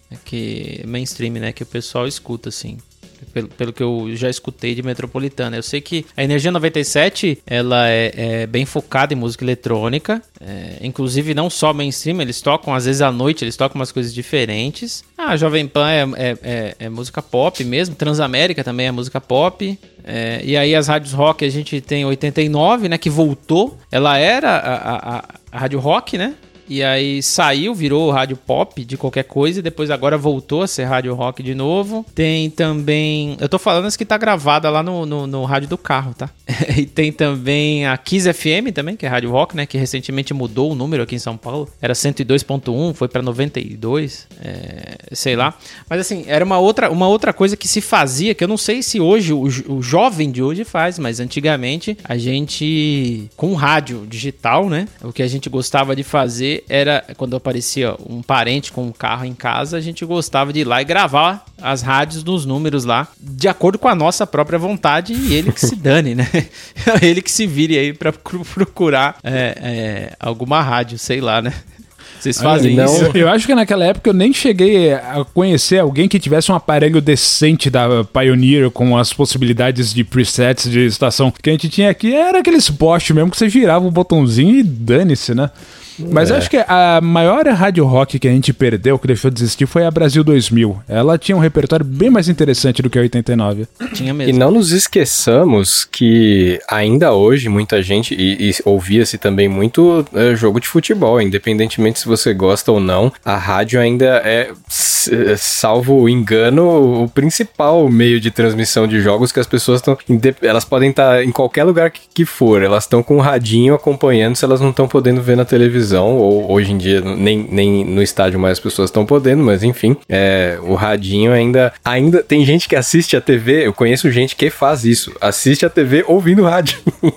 que mainstream, né, que o pessoal escuta, assim, pelo, pelo que eu já escutei de Metropolitana. Eu sei que a Energia noventa e sete, ela é, é bem focada em música eletrônica, é, inclusive não só mainstream, eles tocam, às vezes à noite, eles tocam umas coisas diferentes. Ah, a Jovem Pan é, é, é, é música pop mesmo, Transamérica também é música pop. É, e aí as rádios rock a gente tem oitenta e nove, né, que voltou. Ela era a, a, a rádio rock, né? e aí saiu, virou rádio pop de qualquer coisa, e depois agora voltou a ser rádio rock de novo. Tem também... Eu tô falando isso que tá gravada lá no, no, no rádio do carro, tá? E tem também a Kiss F M também, que é rádio rock, né? Que recentemente mudou o número aqui em São Paulo. Era cento e dois ponto um, foi pra noventa e dois, é, sei lá. Mas assim, era uma outra, uma outra coisa que se fazia, que eu não sei se hoje, o, o jovem de hoje faz, mas antigamente a gente, com rádio digital, né? O que a gente gostava de fazer era, quando aparecia um parente com um carro em casa, a gente gostava de ir lá e gravar as rádios nos números lá, de acordo com a nossa própria vontade, e ele que se dane, né? Ele que se vire aí pra procurar é, é, alguma rádio, sei lá, né? Vocês fazem não, isso? Eu, eu acho que naquela época eu nem cheguei a conhecer alguém que tivesse um aparelho decente da Pioneer com as possibilidades de presets de estação. O que a gente tinha aqui era aqueles poste mesmo que você girava o botãozinho e dane-se, né? Mas é. acho que a maior rádio rock que a gente perdeu, que deixou de existir, foi a Brasil dois mil. Ela tinha um repertório bem mais interessante do que a oitenta e nove. Tinha mesmo. E não nos esqueçamos que ainda hoje muita gente, e, e ouvia-se também muito é, jogo de futebol, independentemente se você gosta ou não, a rádio ainda é, salvo o engano, o principal meio de transmissão de jogos que as pessoas estão... Elas podem estar em qualquer lugar que, que for, elas estão com o radinho acompanhando se elas não estão podendo ver na televisão. Ou hoje em dia nem, nem no estádio mais as pessoas estão podendo, mas enfim, é, o radinho ainda, ainda tem gente que assiste a T V, eu conheço gente que faz isso, assiste a T V ouvindo rádio.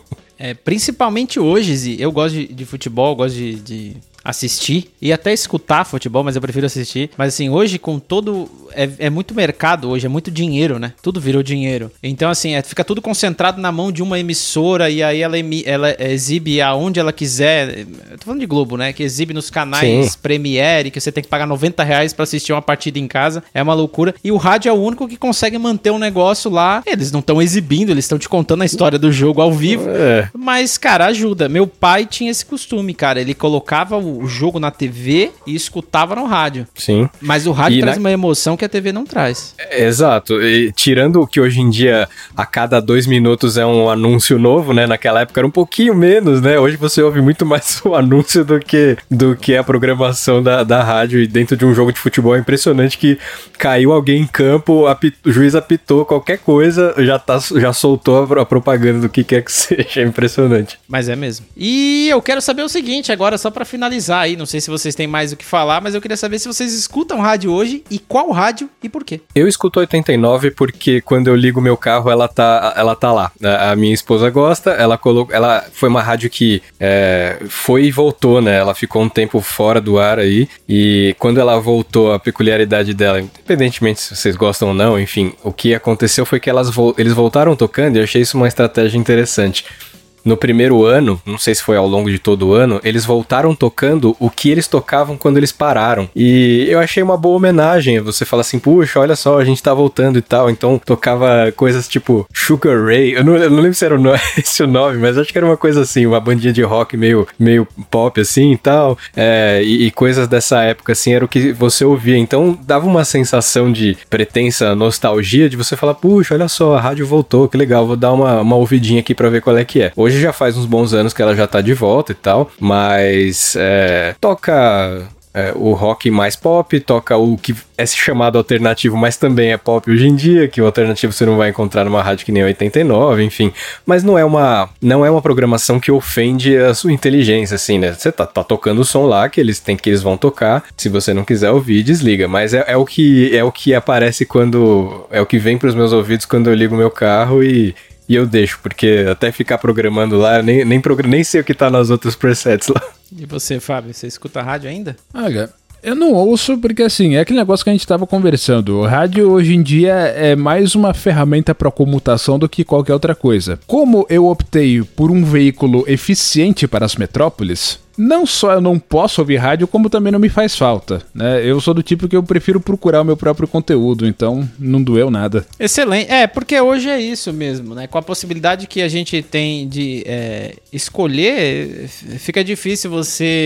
É, principalmente hoje, Zi, eu gosto de, de futebol, eu gosto de, de assistir e até escutar futebol, mas eu prefiro assistir. Mas assim, hoje com todo... É, é muito mercado hoje, é muito dinheiro, né? Tudo virou dinheiro. Então assim, é, fica tudo concentrado na mão de uma emissora e aí ela, emi, ela exibe aonde ela quiser. Eu tô falando de Globo, né? Que exibe nos canais Sim. Premiere, que você tem que pagar noventa reais pra assistir uma partida em casa. É uma loucura. E o rádio é o único que consegue manter um negócio lá. Eles não estão exibindo, eles estão te contando a história do jogo ao vivo. É. Mas, cara, ajuda. Meu pai tinha esse costume, cara. Ele colocava o jogo na T V e escutava no rádio. Sim. Mas o rádio e traz na... uma emoção que a T V não traz. É, exato. E, tirando o que hoje em dia a cada dois minutos é um anúncio novo, né? Naquela época era um pouquinho menos, né? Hoje você ouve muito mais o anúncio do que, do que a programação da, da rádio. E dentro de um jogo de futebol é impressionante que caiu alguém em campo, apit, o juiz apitou qualquer coisa, já, tá, já soltou a, a propaganda do que quer que seja. É impressionante. Mas é mesmo. E eu quero saber o seguinte agora, só pra finalizar aí, não sei se vocês têm mais o que falar, mas eu queria saber se vocês escutam rádio hoje e qual rádio e por quê? Eu escuto oitenta e nove porque quando eu ligo meu carro, ela tá, ela tá lá. A, a minha esposa gosta, ela colocou, ela foi uma rádio que é, foi e voltou, né? Ela ficou um tempo fora do ar aí, e quando ela voltou, a peculiaridade dela, independentemente se vocês gostam ou não, enfim, o que aconteceu foi que elas vo- eles voltaram tocando e eu achei isso uma estratégia interessante. No primeiro ano, não sei se foi ao longo de todo o ano, eles voltaram tocando o que eles tocavam quando eles pararam. E eu achei uma boa homenagem. Você fala assim, puxa, olha só, a gente tá voltando e tal. Então tocava coisas tipo Sugar Ray. Eu não, eu não lembro se era o no- esse o nome, mas acho que era uma coisa assim, uma bandinha de rock meio, meio pop assim e tal. É, e, e coisas dessa época assim, era o que você ouvia. Então dava uma sensação de pretensa nostalgia de você falar, puxa, olha só, a rádio voltou, que legal, vou dar uma, uma ouvidinha aqui pra ver qual é que é. Hoje já faz uns bons anos que ela já tá de volta e tal, mas é, toca é, o rock mais pop, toca o que é chamado alternativo, mas também é pop hoje em dia, que o alternativo você não vai encontrar numa rádio que nem oitenta e nove, enfim. Mas não é uma, não é uma programação que ofende a sua inteligência, assim, né? Você tá, tá tocando o som lá, que eles têm que eles vão tocar, se você não quiser ouvir, desliga. Mas é, é, o, que, é o que aparece quando... é o que vem pros meus ouvidos quando eu ligo meu carro e... E eu deixo, porque até ficar programando lá, eu nem, nem, progr... nem sei o que tá nas outras presets lá. E você, Fábio, você escuta rádio ainda? Olha, eu não ouço porque, assim, é aquele negócio que a gente tava conversando. O rádio, hoje em dia, é mais uma ferramenta para comutação do que qualquer outra coisa. Como eu optei por um veículo eficiente para as metrópoles... Não só eu não posso ouvir rádio, como também não me faz falta, né? Eu sou do tipo que eu prefiro procurar o meu próprio conteúdo, então não doeu nada. Excelente. É, porque hoje é isso mesmo, né? Com a possibilidade que a gente tem de é, escolher, fica difícil você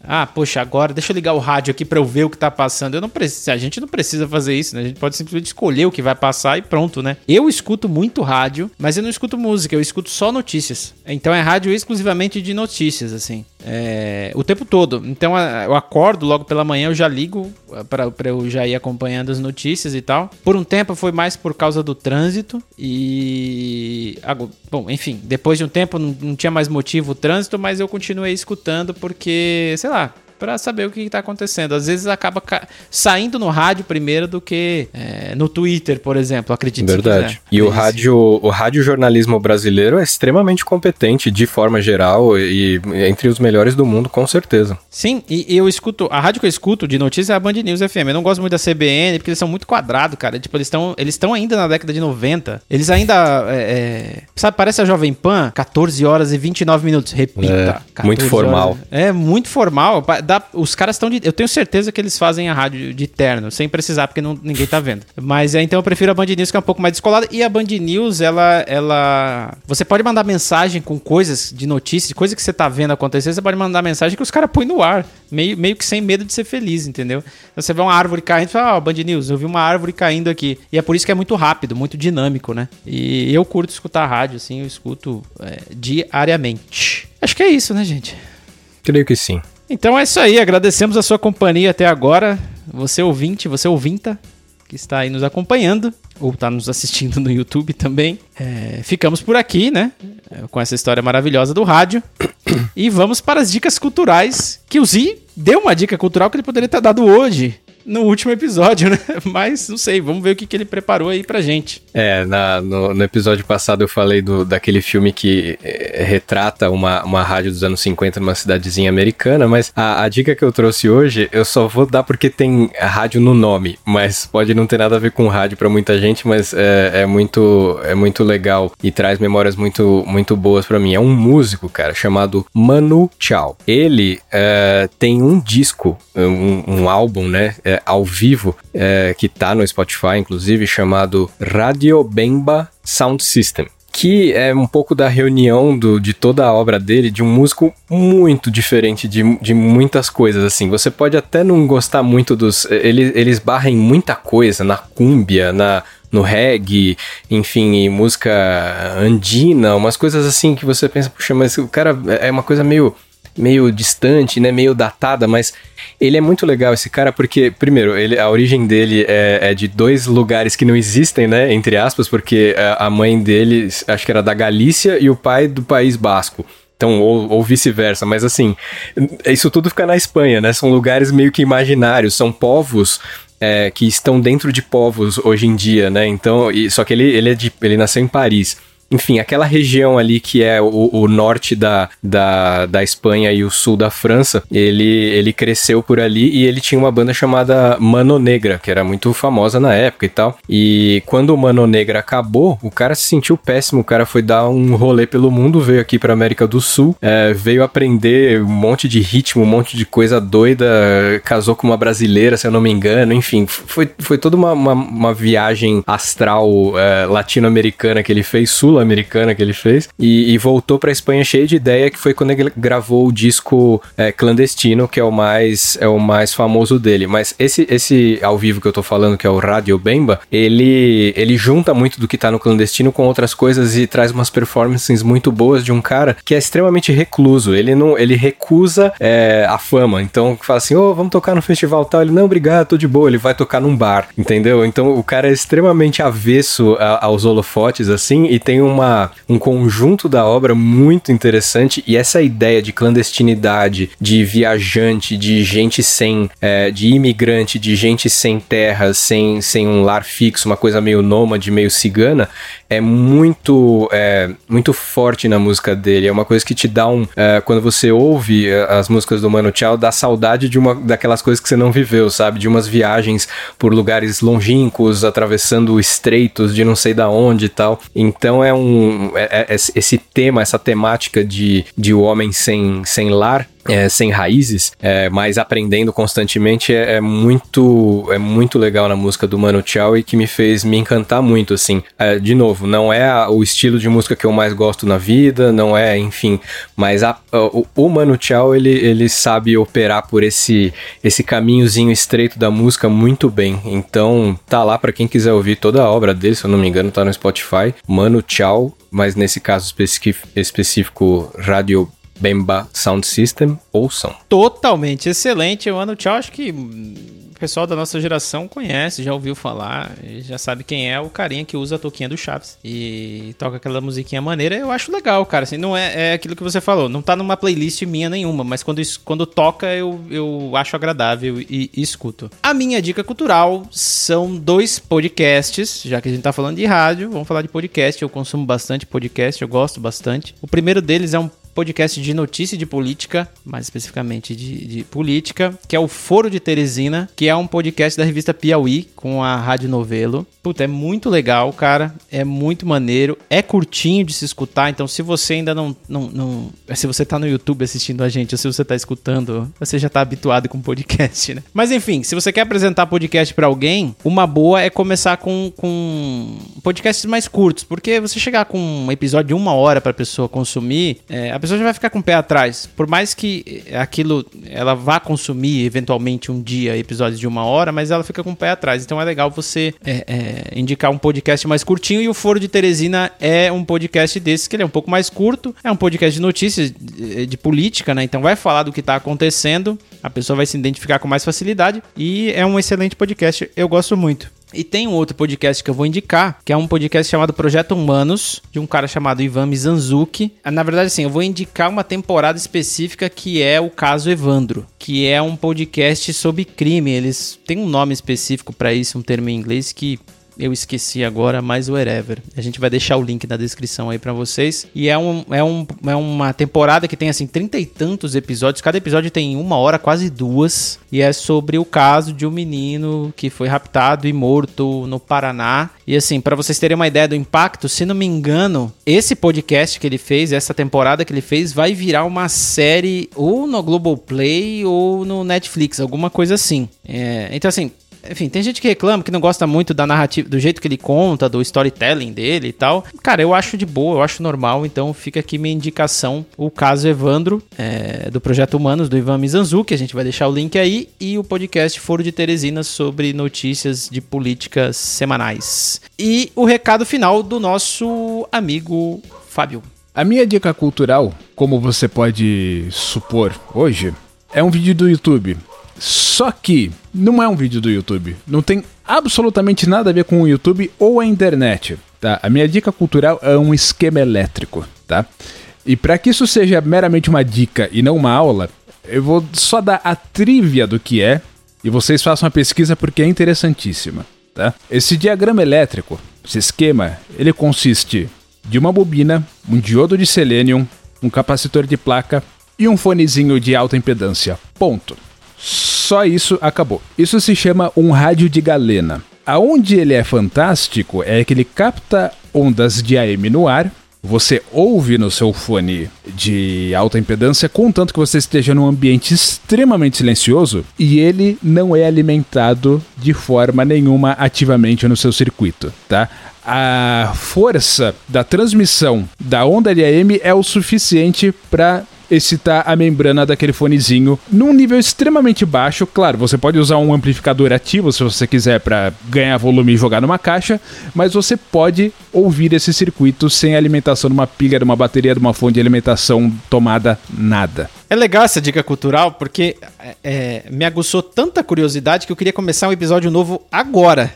Ah, poxa, agora deixa eu ligar o rádio aqui pra eu ver o que tá passando. Eu não preciso, a gente não precisa fazer isso, né? A gente pode simplesmente escolher o que vai passar e pronto, né? Eu escuto muito rádio, mas eu não escuto música, eu escuto só notícias. Então é rádio exclusivamente de notícias, assim. É, o tempo todo. Então eu acordo logo pela manhã, eu já ligo pra, pra eu já ir acompanhando as notícias e tal. Por um tempo foi mais por causa do trânsito e... Bom, enfim, depois de um tempo não, não tinha mais motivo o trânsito, mas eu continuei escutando porque, sei lá, pra saber o que tá acontecendo. Às vezes acaba ca... saindo no rádio primeiro do que é, no Twitter, por exemplo, acredito. Verdade. E o rádio, o radiojornalismo brasileiro é extremamente competente de forma geral e entre os melhores do mundo, com certeza. Sim, e, e eu escuto, a rádio que eu escuto de notícias é a Band News F M. Eu não gosto muito da C B N, porque eles são muito quadrados, cara. Tipo, eles estão eles estão ainda na década de noventa. Eles ainda, é, é, sabe, parece a Jovem Pan, catorze horas e vinte e nove minutos. Repita. É, muito formal. Horas, é, muito formal. Dá, os caras estão de... Eu tenho certeza que eles fazem a rádio de terno, sem precisar, porque não, ninguém tá vendo. Mas é, então eu prefiro a Band News, que é um pouco mais descolada. E a Band News, ela, ela... Você pode mandar mensagem com coisas de notícias, coisa que você tá vendo acontecer, você pode mandar mensagem que os caras põem no ar. Meio, meio que sem medo de ser feliz, entendeu? Então você vê uma árvore caindo e fala, ó, oh, Band News, eu vi uma árvore caindo aqui. E é por isso que é muito rápido, muito dinâmico, né? E eu curto escutar a rádio, assim, eu escuto é, diariamente. Acho que é isso, né, gente? Creio que sim. Então é isso aí, agradecemos a sua companhia até agora, você ouvinte, você ouvinta, que está aí nos acompanhando, ou está nos assistindo no YouTube também. É, ficamos por aqui, né, com essa história maravilhosa do rádio, e vamos para as dicas culturais, que o Zi deu uma dica cultural que ele poderia ter dado hoje, no último episódio, né? Mas, não sei, vamos ver o que, que ele preparou aí pra gente. É, na, no, no episódio passado eu falei do, daquele filme que é, retrata uma, uma rádio dos anos cinquenta numa cidadezinha americana, mas a, a dica que eu trouxe hoje, eu só vou dar porque tem rádio no nome, mas pode não ter nada a ver com rádio pra muita gente, mas é, é, muito, é muito legal e traz memórias muito, muito boas pra mim. É um músico, cara, chamado Manu Chao. Ele é, tem um disco, um, um álbum, né? É, ao vivo, é, que tá no Spotify, inclusive, chamado Radio Bemba Sound System, que é um pouco da reunião do, de toda a obra dele, de um músico muito diferente de, de muitas coisas, assim. Você pode até não gostar muito dos... Ele, eles barram em muita coisa, na cúmbia, na... no reggae, enfim, música andina, umas coisas assim que você pensa, puxa, mas o cara é uma coisa meio... meio distante, né, meio datada, mas ele é muito legal, esse cara, porque, primeiro, ele, a origem dele é, é de dois lugares que não existem, né, entre aspas, porque a mãe dele, acho que era da Galícia, e o pai do País Basco. Então, ou, ou vice-versa, mas assim, isso tudo fica na Espanha, né, são lugares meio que imaginários, são povos é, que estão dentro de povos hoje em dia, né, então, e, só que ele, ele, é de, ele nasceu em Paris. Enfim, aquela região ali que é o, o norte da, da, da Espanha e o sul da França, ele, ele cresceu por ali e ele tinha uma banda chamada Mano Negra, que era muito famosa na época e tal. E quando o Mano Negra acabou, o cara se sentiu péssimo, o cara foi dar um rolê pelo mundo, veio aqui pra América do Sul, é, veio aprender um monte de ritmo, um monte de coisa doida, casou com uma brasileira, se eu não me engano, enfim, foi, foi toda uma, uma, uma viagem astral é, latino-americana que ele fez, sul americana que ele fez, e, e voltou pra Espanha cheio de ideia, que foi quando ele gravou o disco é, Clandestino, que é o mais é o mais famoso dele. Mas esse, esse ao vivo que eu tô falando, que é o Radio Bemba, ele, ele junta muito do que tá no Clandestino com outras coisas e traz umas performances muito boas de um cara que é extremamente recluso. Ele não ele recusa é, a fama. Então fala assim, ô, oh, vamos tocar no festival tal. Ele, não, obrigado, tô de boa. Ele vai tocar num bar, entendeu? Então o cara é extremamente avesso a, aos holofotes, assim, e tem uma, um conjunto da obra muito interessante, e essa ideia de clandestinidade, de viajante, de gente sem, é, de imigrante, de gente sem terra, sem, sem um lar fixo, uma coisa meio nômade, meio cigana, é muito, é, muito forte na música dele. É uma coisa que te dá um... É, quando você ouve as músicas do Manu Chao, dá saudade de uma daquelas coisas que você não viveu, sabe? De umas viagens por lugares longínquos, atravessando estreitos de não sei da onde e tal. Então é um... É, é, esse tema, essa temática de, de o homem sem, sem lar, é, sem raízes, é, mas aprendendo constantemente, é, é muito é muito legal na música do Manu Chao e que me fez me encantar muito, assim. É, de novo, não é a, o estilo de música que eu mais gosto na vida, não é, enfim, mas a, a, o, o Manu Chao, ele, ele sabe operar por esse, esse caminhozinho estreito da música muito bem. Então, tá lá pra quem quiser ouvir toda a obra dele, se eu não me engano, tá no Spotify, Manu Chao, mas nesse caso específico, específico Radio Bemba Sound System, ouçam. Totalmente excelente, Manu Chao, acho que o pessoal da nossa geração conhece, já ouviu falar, já sabe quem é o carinha que usa a touquinha do Chaves e toca aquela musiquinha maneira. Eu acho legal, cara, assim, não é, é aquilo que você falou, não tá numa playlist minha nenhuma, mas quando, quando toca eu, eu acho agradável e, e escuto. A minha dica cultural são dois podcasts, já que a gente tá falando de rádio, vamos falar de podcast. Eu consumo bastante podcast, eu gosto bastante. O primeiro deles é um podcast de notícia de política, mais especificamente de, de política, que é o Foro de Teresina, que é um podcast da revista Piauí, com a Rádio Novelo. Puta, é muito legal, cara, é muito maneiro, é curtinho de se escutar, então se você ainda não, não, não... se você tá no YouTube assistindo a gente, ou se você tá escutando, você já tá habituado com podcast, né? Mas enfim, se você quer apresentar podcast pra alguém, uma boa é começar com, com podcasts mais curtos, porque você chegar com um episódio de uma hora pra pessoa consumir, é, a pessoa já vai ficar com o pé atrás. Por mais que aquilo, ela vá consumir eventualmente um dia episódios de uma hora, mas ela fica com o pé atrás. Então é legal você é, é, indicar um podcast mais curtinho, e o Foro de Teresina é um podcast desses, que ele é um pouco mais curto, é um podcast de notícias, de, de política, né? Então vai falar do que tá acontecendo, a pessoa vai se identificar com mais facilidade, e é um excelente podcast, eu gosto muito. E tem um outro podcast que eu vou indicar, que é um podcast chamado Projeto Humanos, de um cara chamado Ivan Mizanzuki. Na verdade, assim, eu vou indicar uma temporada específica, que é o Caso Evandro, que é um podcast sobre crime. Eles têm um nome específico para isso, um termo em inglês que eu esqueci agora, mas whatever. A gente vai deixar o link na descrição aí pra vocês. E é, um, é, um, é uma temporada que tem, assim, trinta e tantos episódios. Cada episódio tem uma hora, quase duas. E é sobre o caso de um menino que foi raptado e morto no Paraná. E, assim, pra vocês terem uma ideia do impacto, se não me engano, esse podcast que ele fez, essa temporada que ele fez, vai virar uma série ou no Globoplay ou no Netflix, alguma coisa assim. É, então, assim... Enfim, tem gente que reclama, que não gosta muito da narrativa, do jeito que ele conta, do storytelling dele e tal. Cara, eu acho de boa, eu acho normal, então fica aqui minha indicação, o Caso Evandro, é, do Projeto Humanos, do Ivan Mizanzuki, a gente vai deixar o link aí, e o podcast Foro de Teresina, sobre notícias de políticas semanais. E o recado final do nosso amigo Fábio. A minha dica cultural, como você pode supor hoje, é um vídeo do YouTube. Só que não é um vídeo do YouTube, não tem absolutamente nada a ver com o YouTube ou a internet, tá? A minha dica cultural é um esquema elétrico, tá? E para que isso seja meramente uma dica e não uma aula, eu vou só dar a trivia do que é, e vocês façam a pesquisa porque é interessantíssima, tá? Esse diagrama elétrico, esse esquema, ele consiste de uma bobina, um diodo de selênio, um capacitor de placa e um fonezinho de alta impedância. Ponto. Só isso, acabou. Isso se chama um rádio de galena. Aonde ele é fantástico é que ele capta ondas de A M no ar, você ouve no seu fone de alta impedância, contanto que você esteja num ambiente extremamente silencioso, e ele não é alimentado de forma nenhuma ativamente no seu circuito, tá? A força da transmissão da onda de A M é o suficiente para excitar a membrana daquele fonezinho num nível extremamente baixo. Claro, você pode usar um amplificador ativo se você quiser para ganhar volume e jogar numa caixa, mas você pode ouvir esse circuito sem alimentação de uma pilha, de uma bateria, de uma fonte de alimentação tomada, nada. É legal essa dica cultural, porque é, me aguçou tanta curiosidade que eu queria começar um episódio novo agora.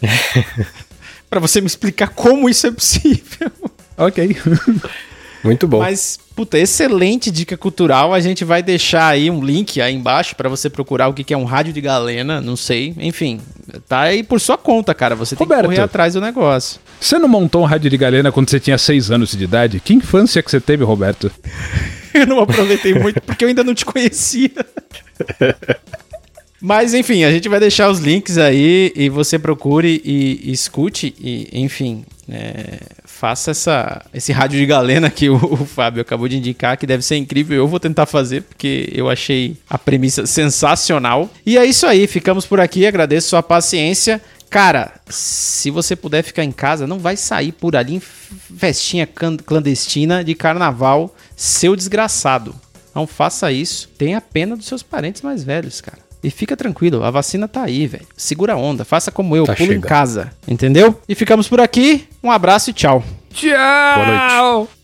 Pra você me explicar como isso é possível. Ok. Muito bom. Mas, puta, excelente dica cultural. A gente vai deixar aí um link aí embaixo pra você procurar o que é um rádio de galena, não sei. Enfim, tá aí por sua conta, cara. Você tem Roberto, que correr atrás do negócio. Você não montou um rádio de galena quando você tinha seis anos de idade? Que infância que você teve, Roberto? Eu não aproveitei muito porque eu ainda não te conhecia. Mas, enfim, a gente vai deixar os links aí e você procure e, e escute e, enfim, é, faça essa, esse rádio de galena que o, o Fábio acabou de indicar, que deve ser incrível. Eu vou tentar fazer, porque eu achei a premissa sensacional. E é isso aí, ficamos por aqui, agradeço sua paciência. Cara, se você puder ficar em casa, não vai sair por ali em festinha clandestina de carnaval, seu desgraçado. Não faça isso. Tenha pena dos seus parentes mais velhos, cara. E fica tranquilo, a vacina tá aí, velho. Segura a onda, faça como eu, tá pulo chegando. em casa. Entendeu? E ficamos por aqui. Um abraço e tchau. Tchau! Boa noite.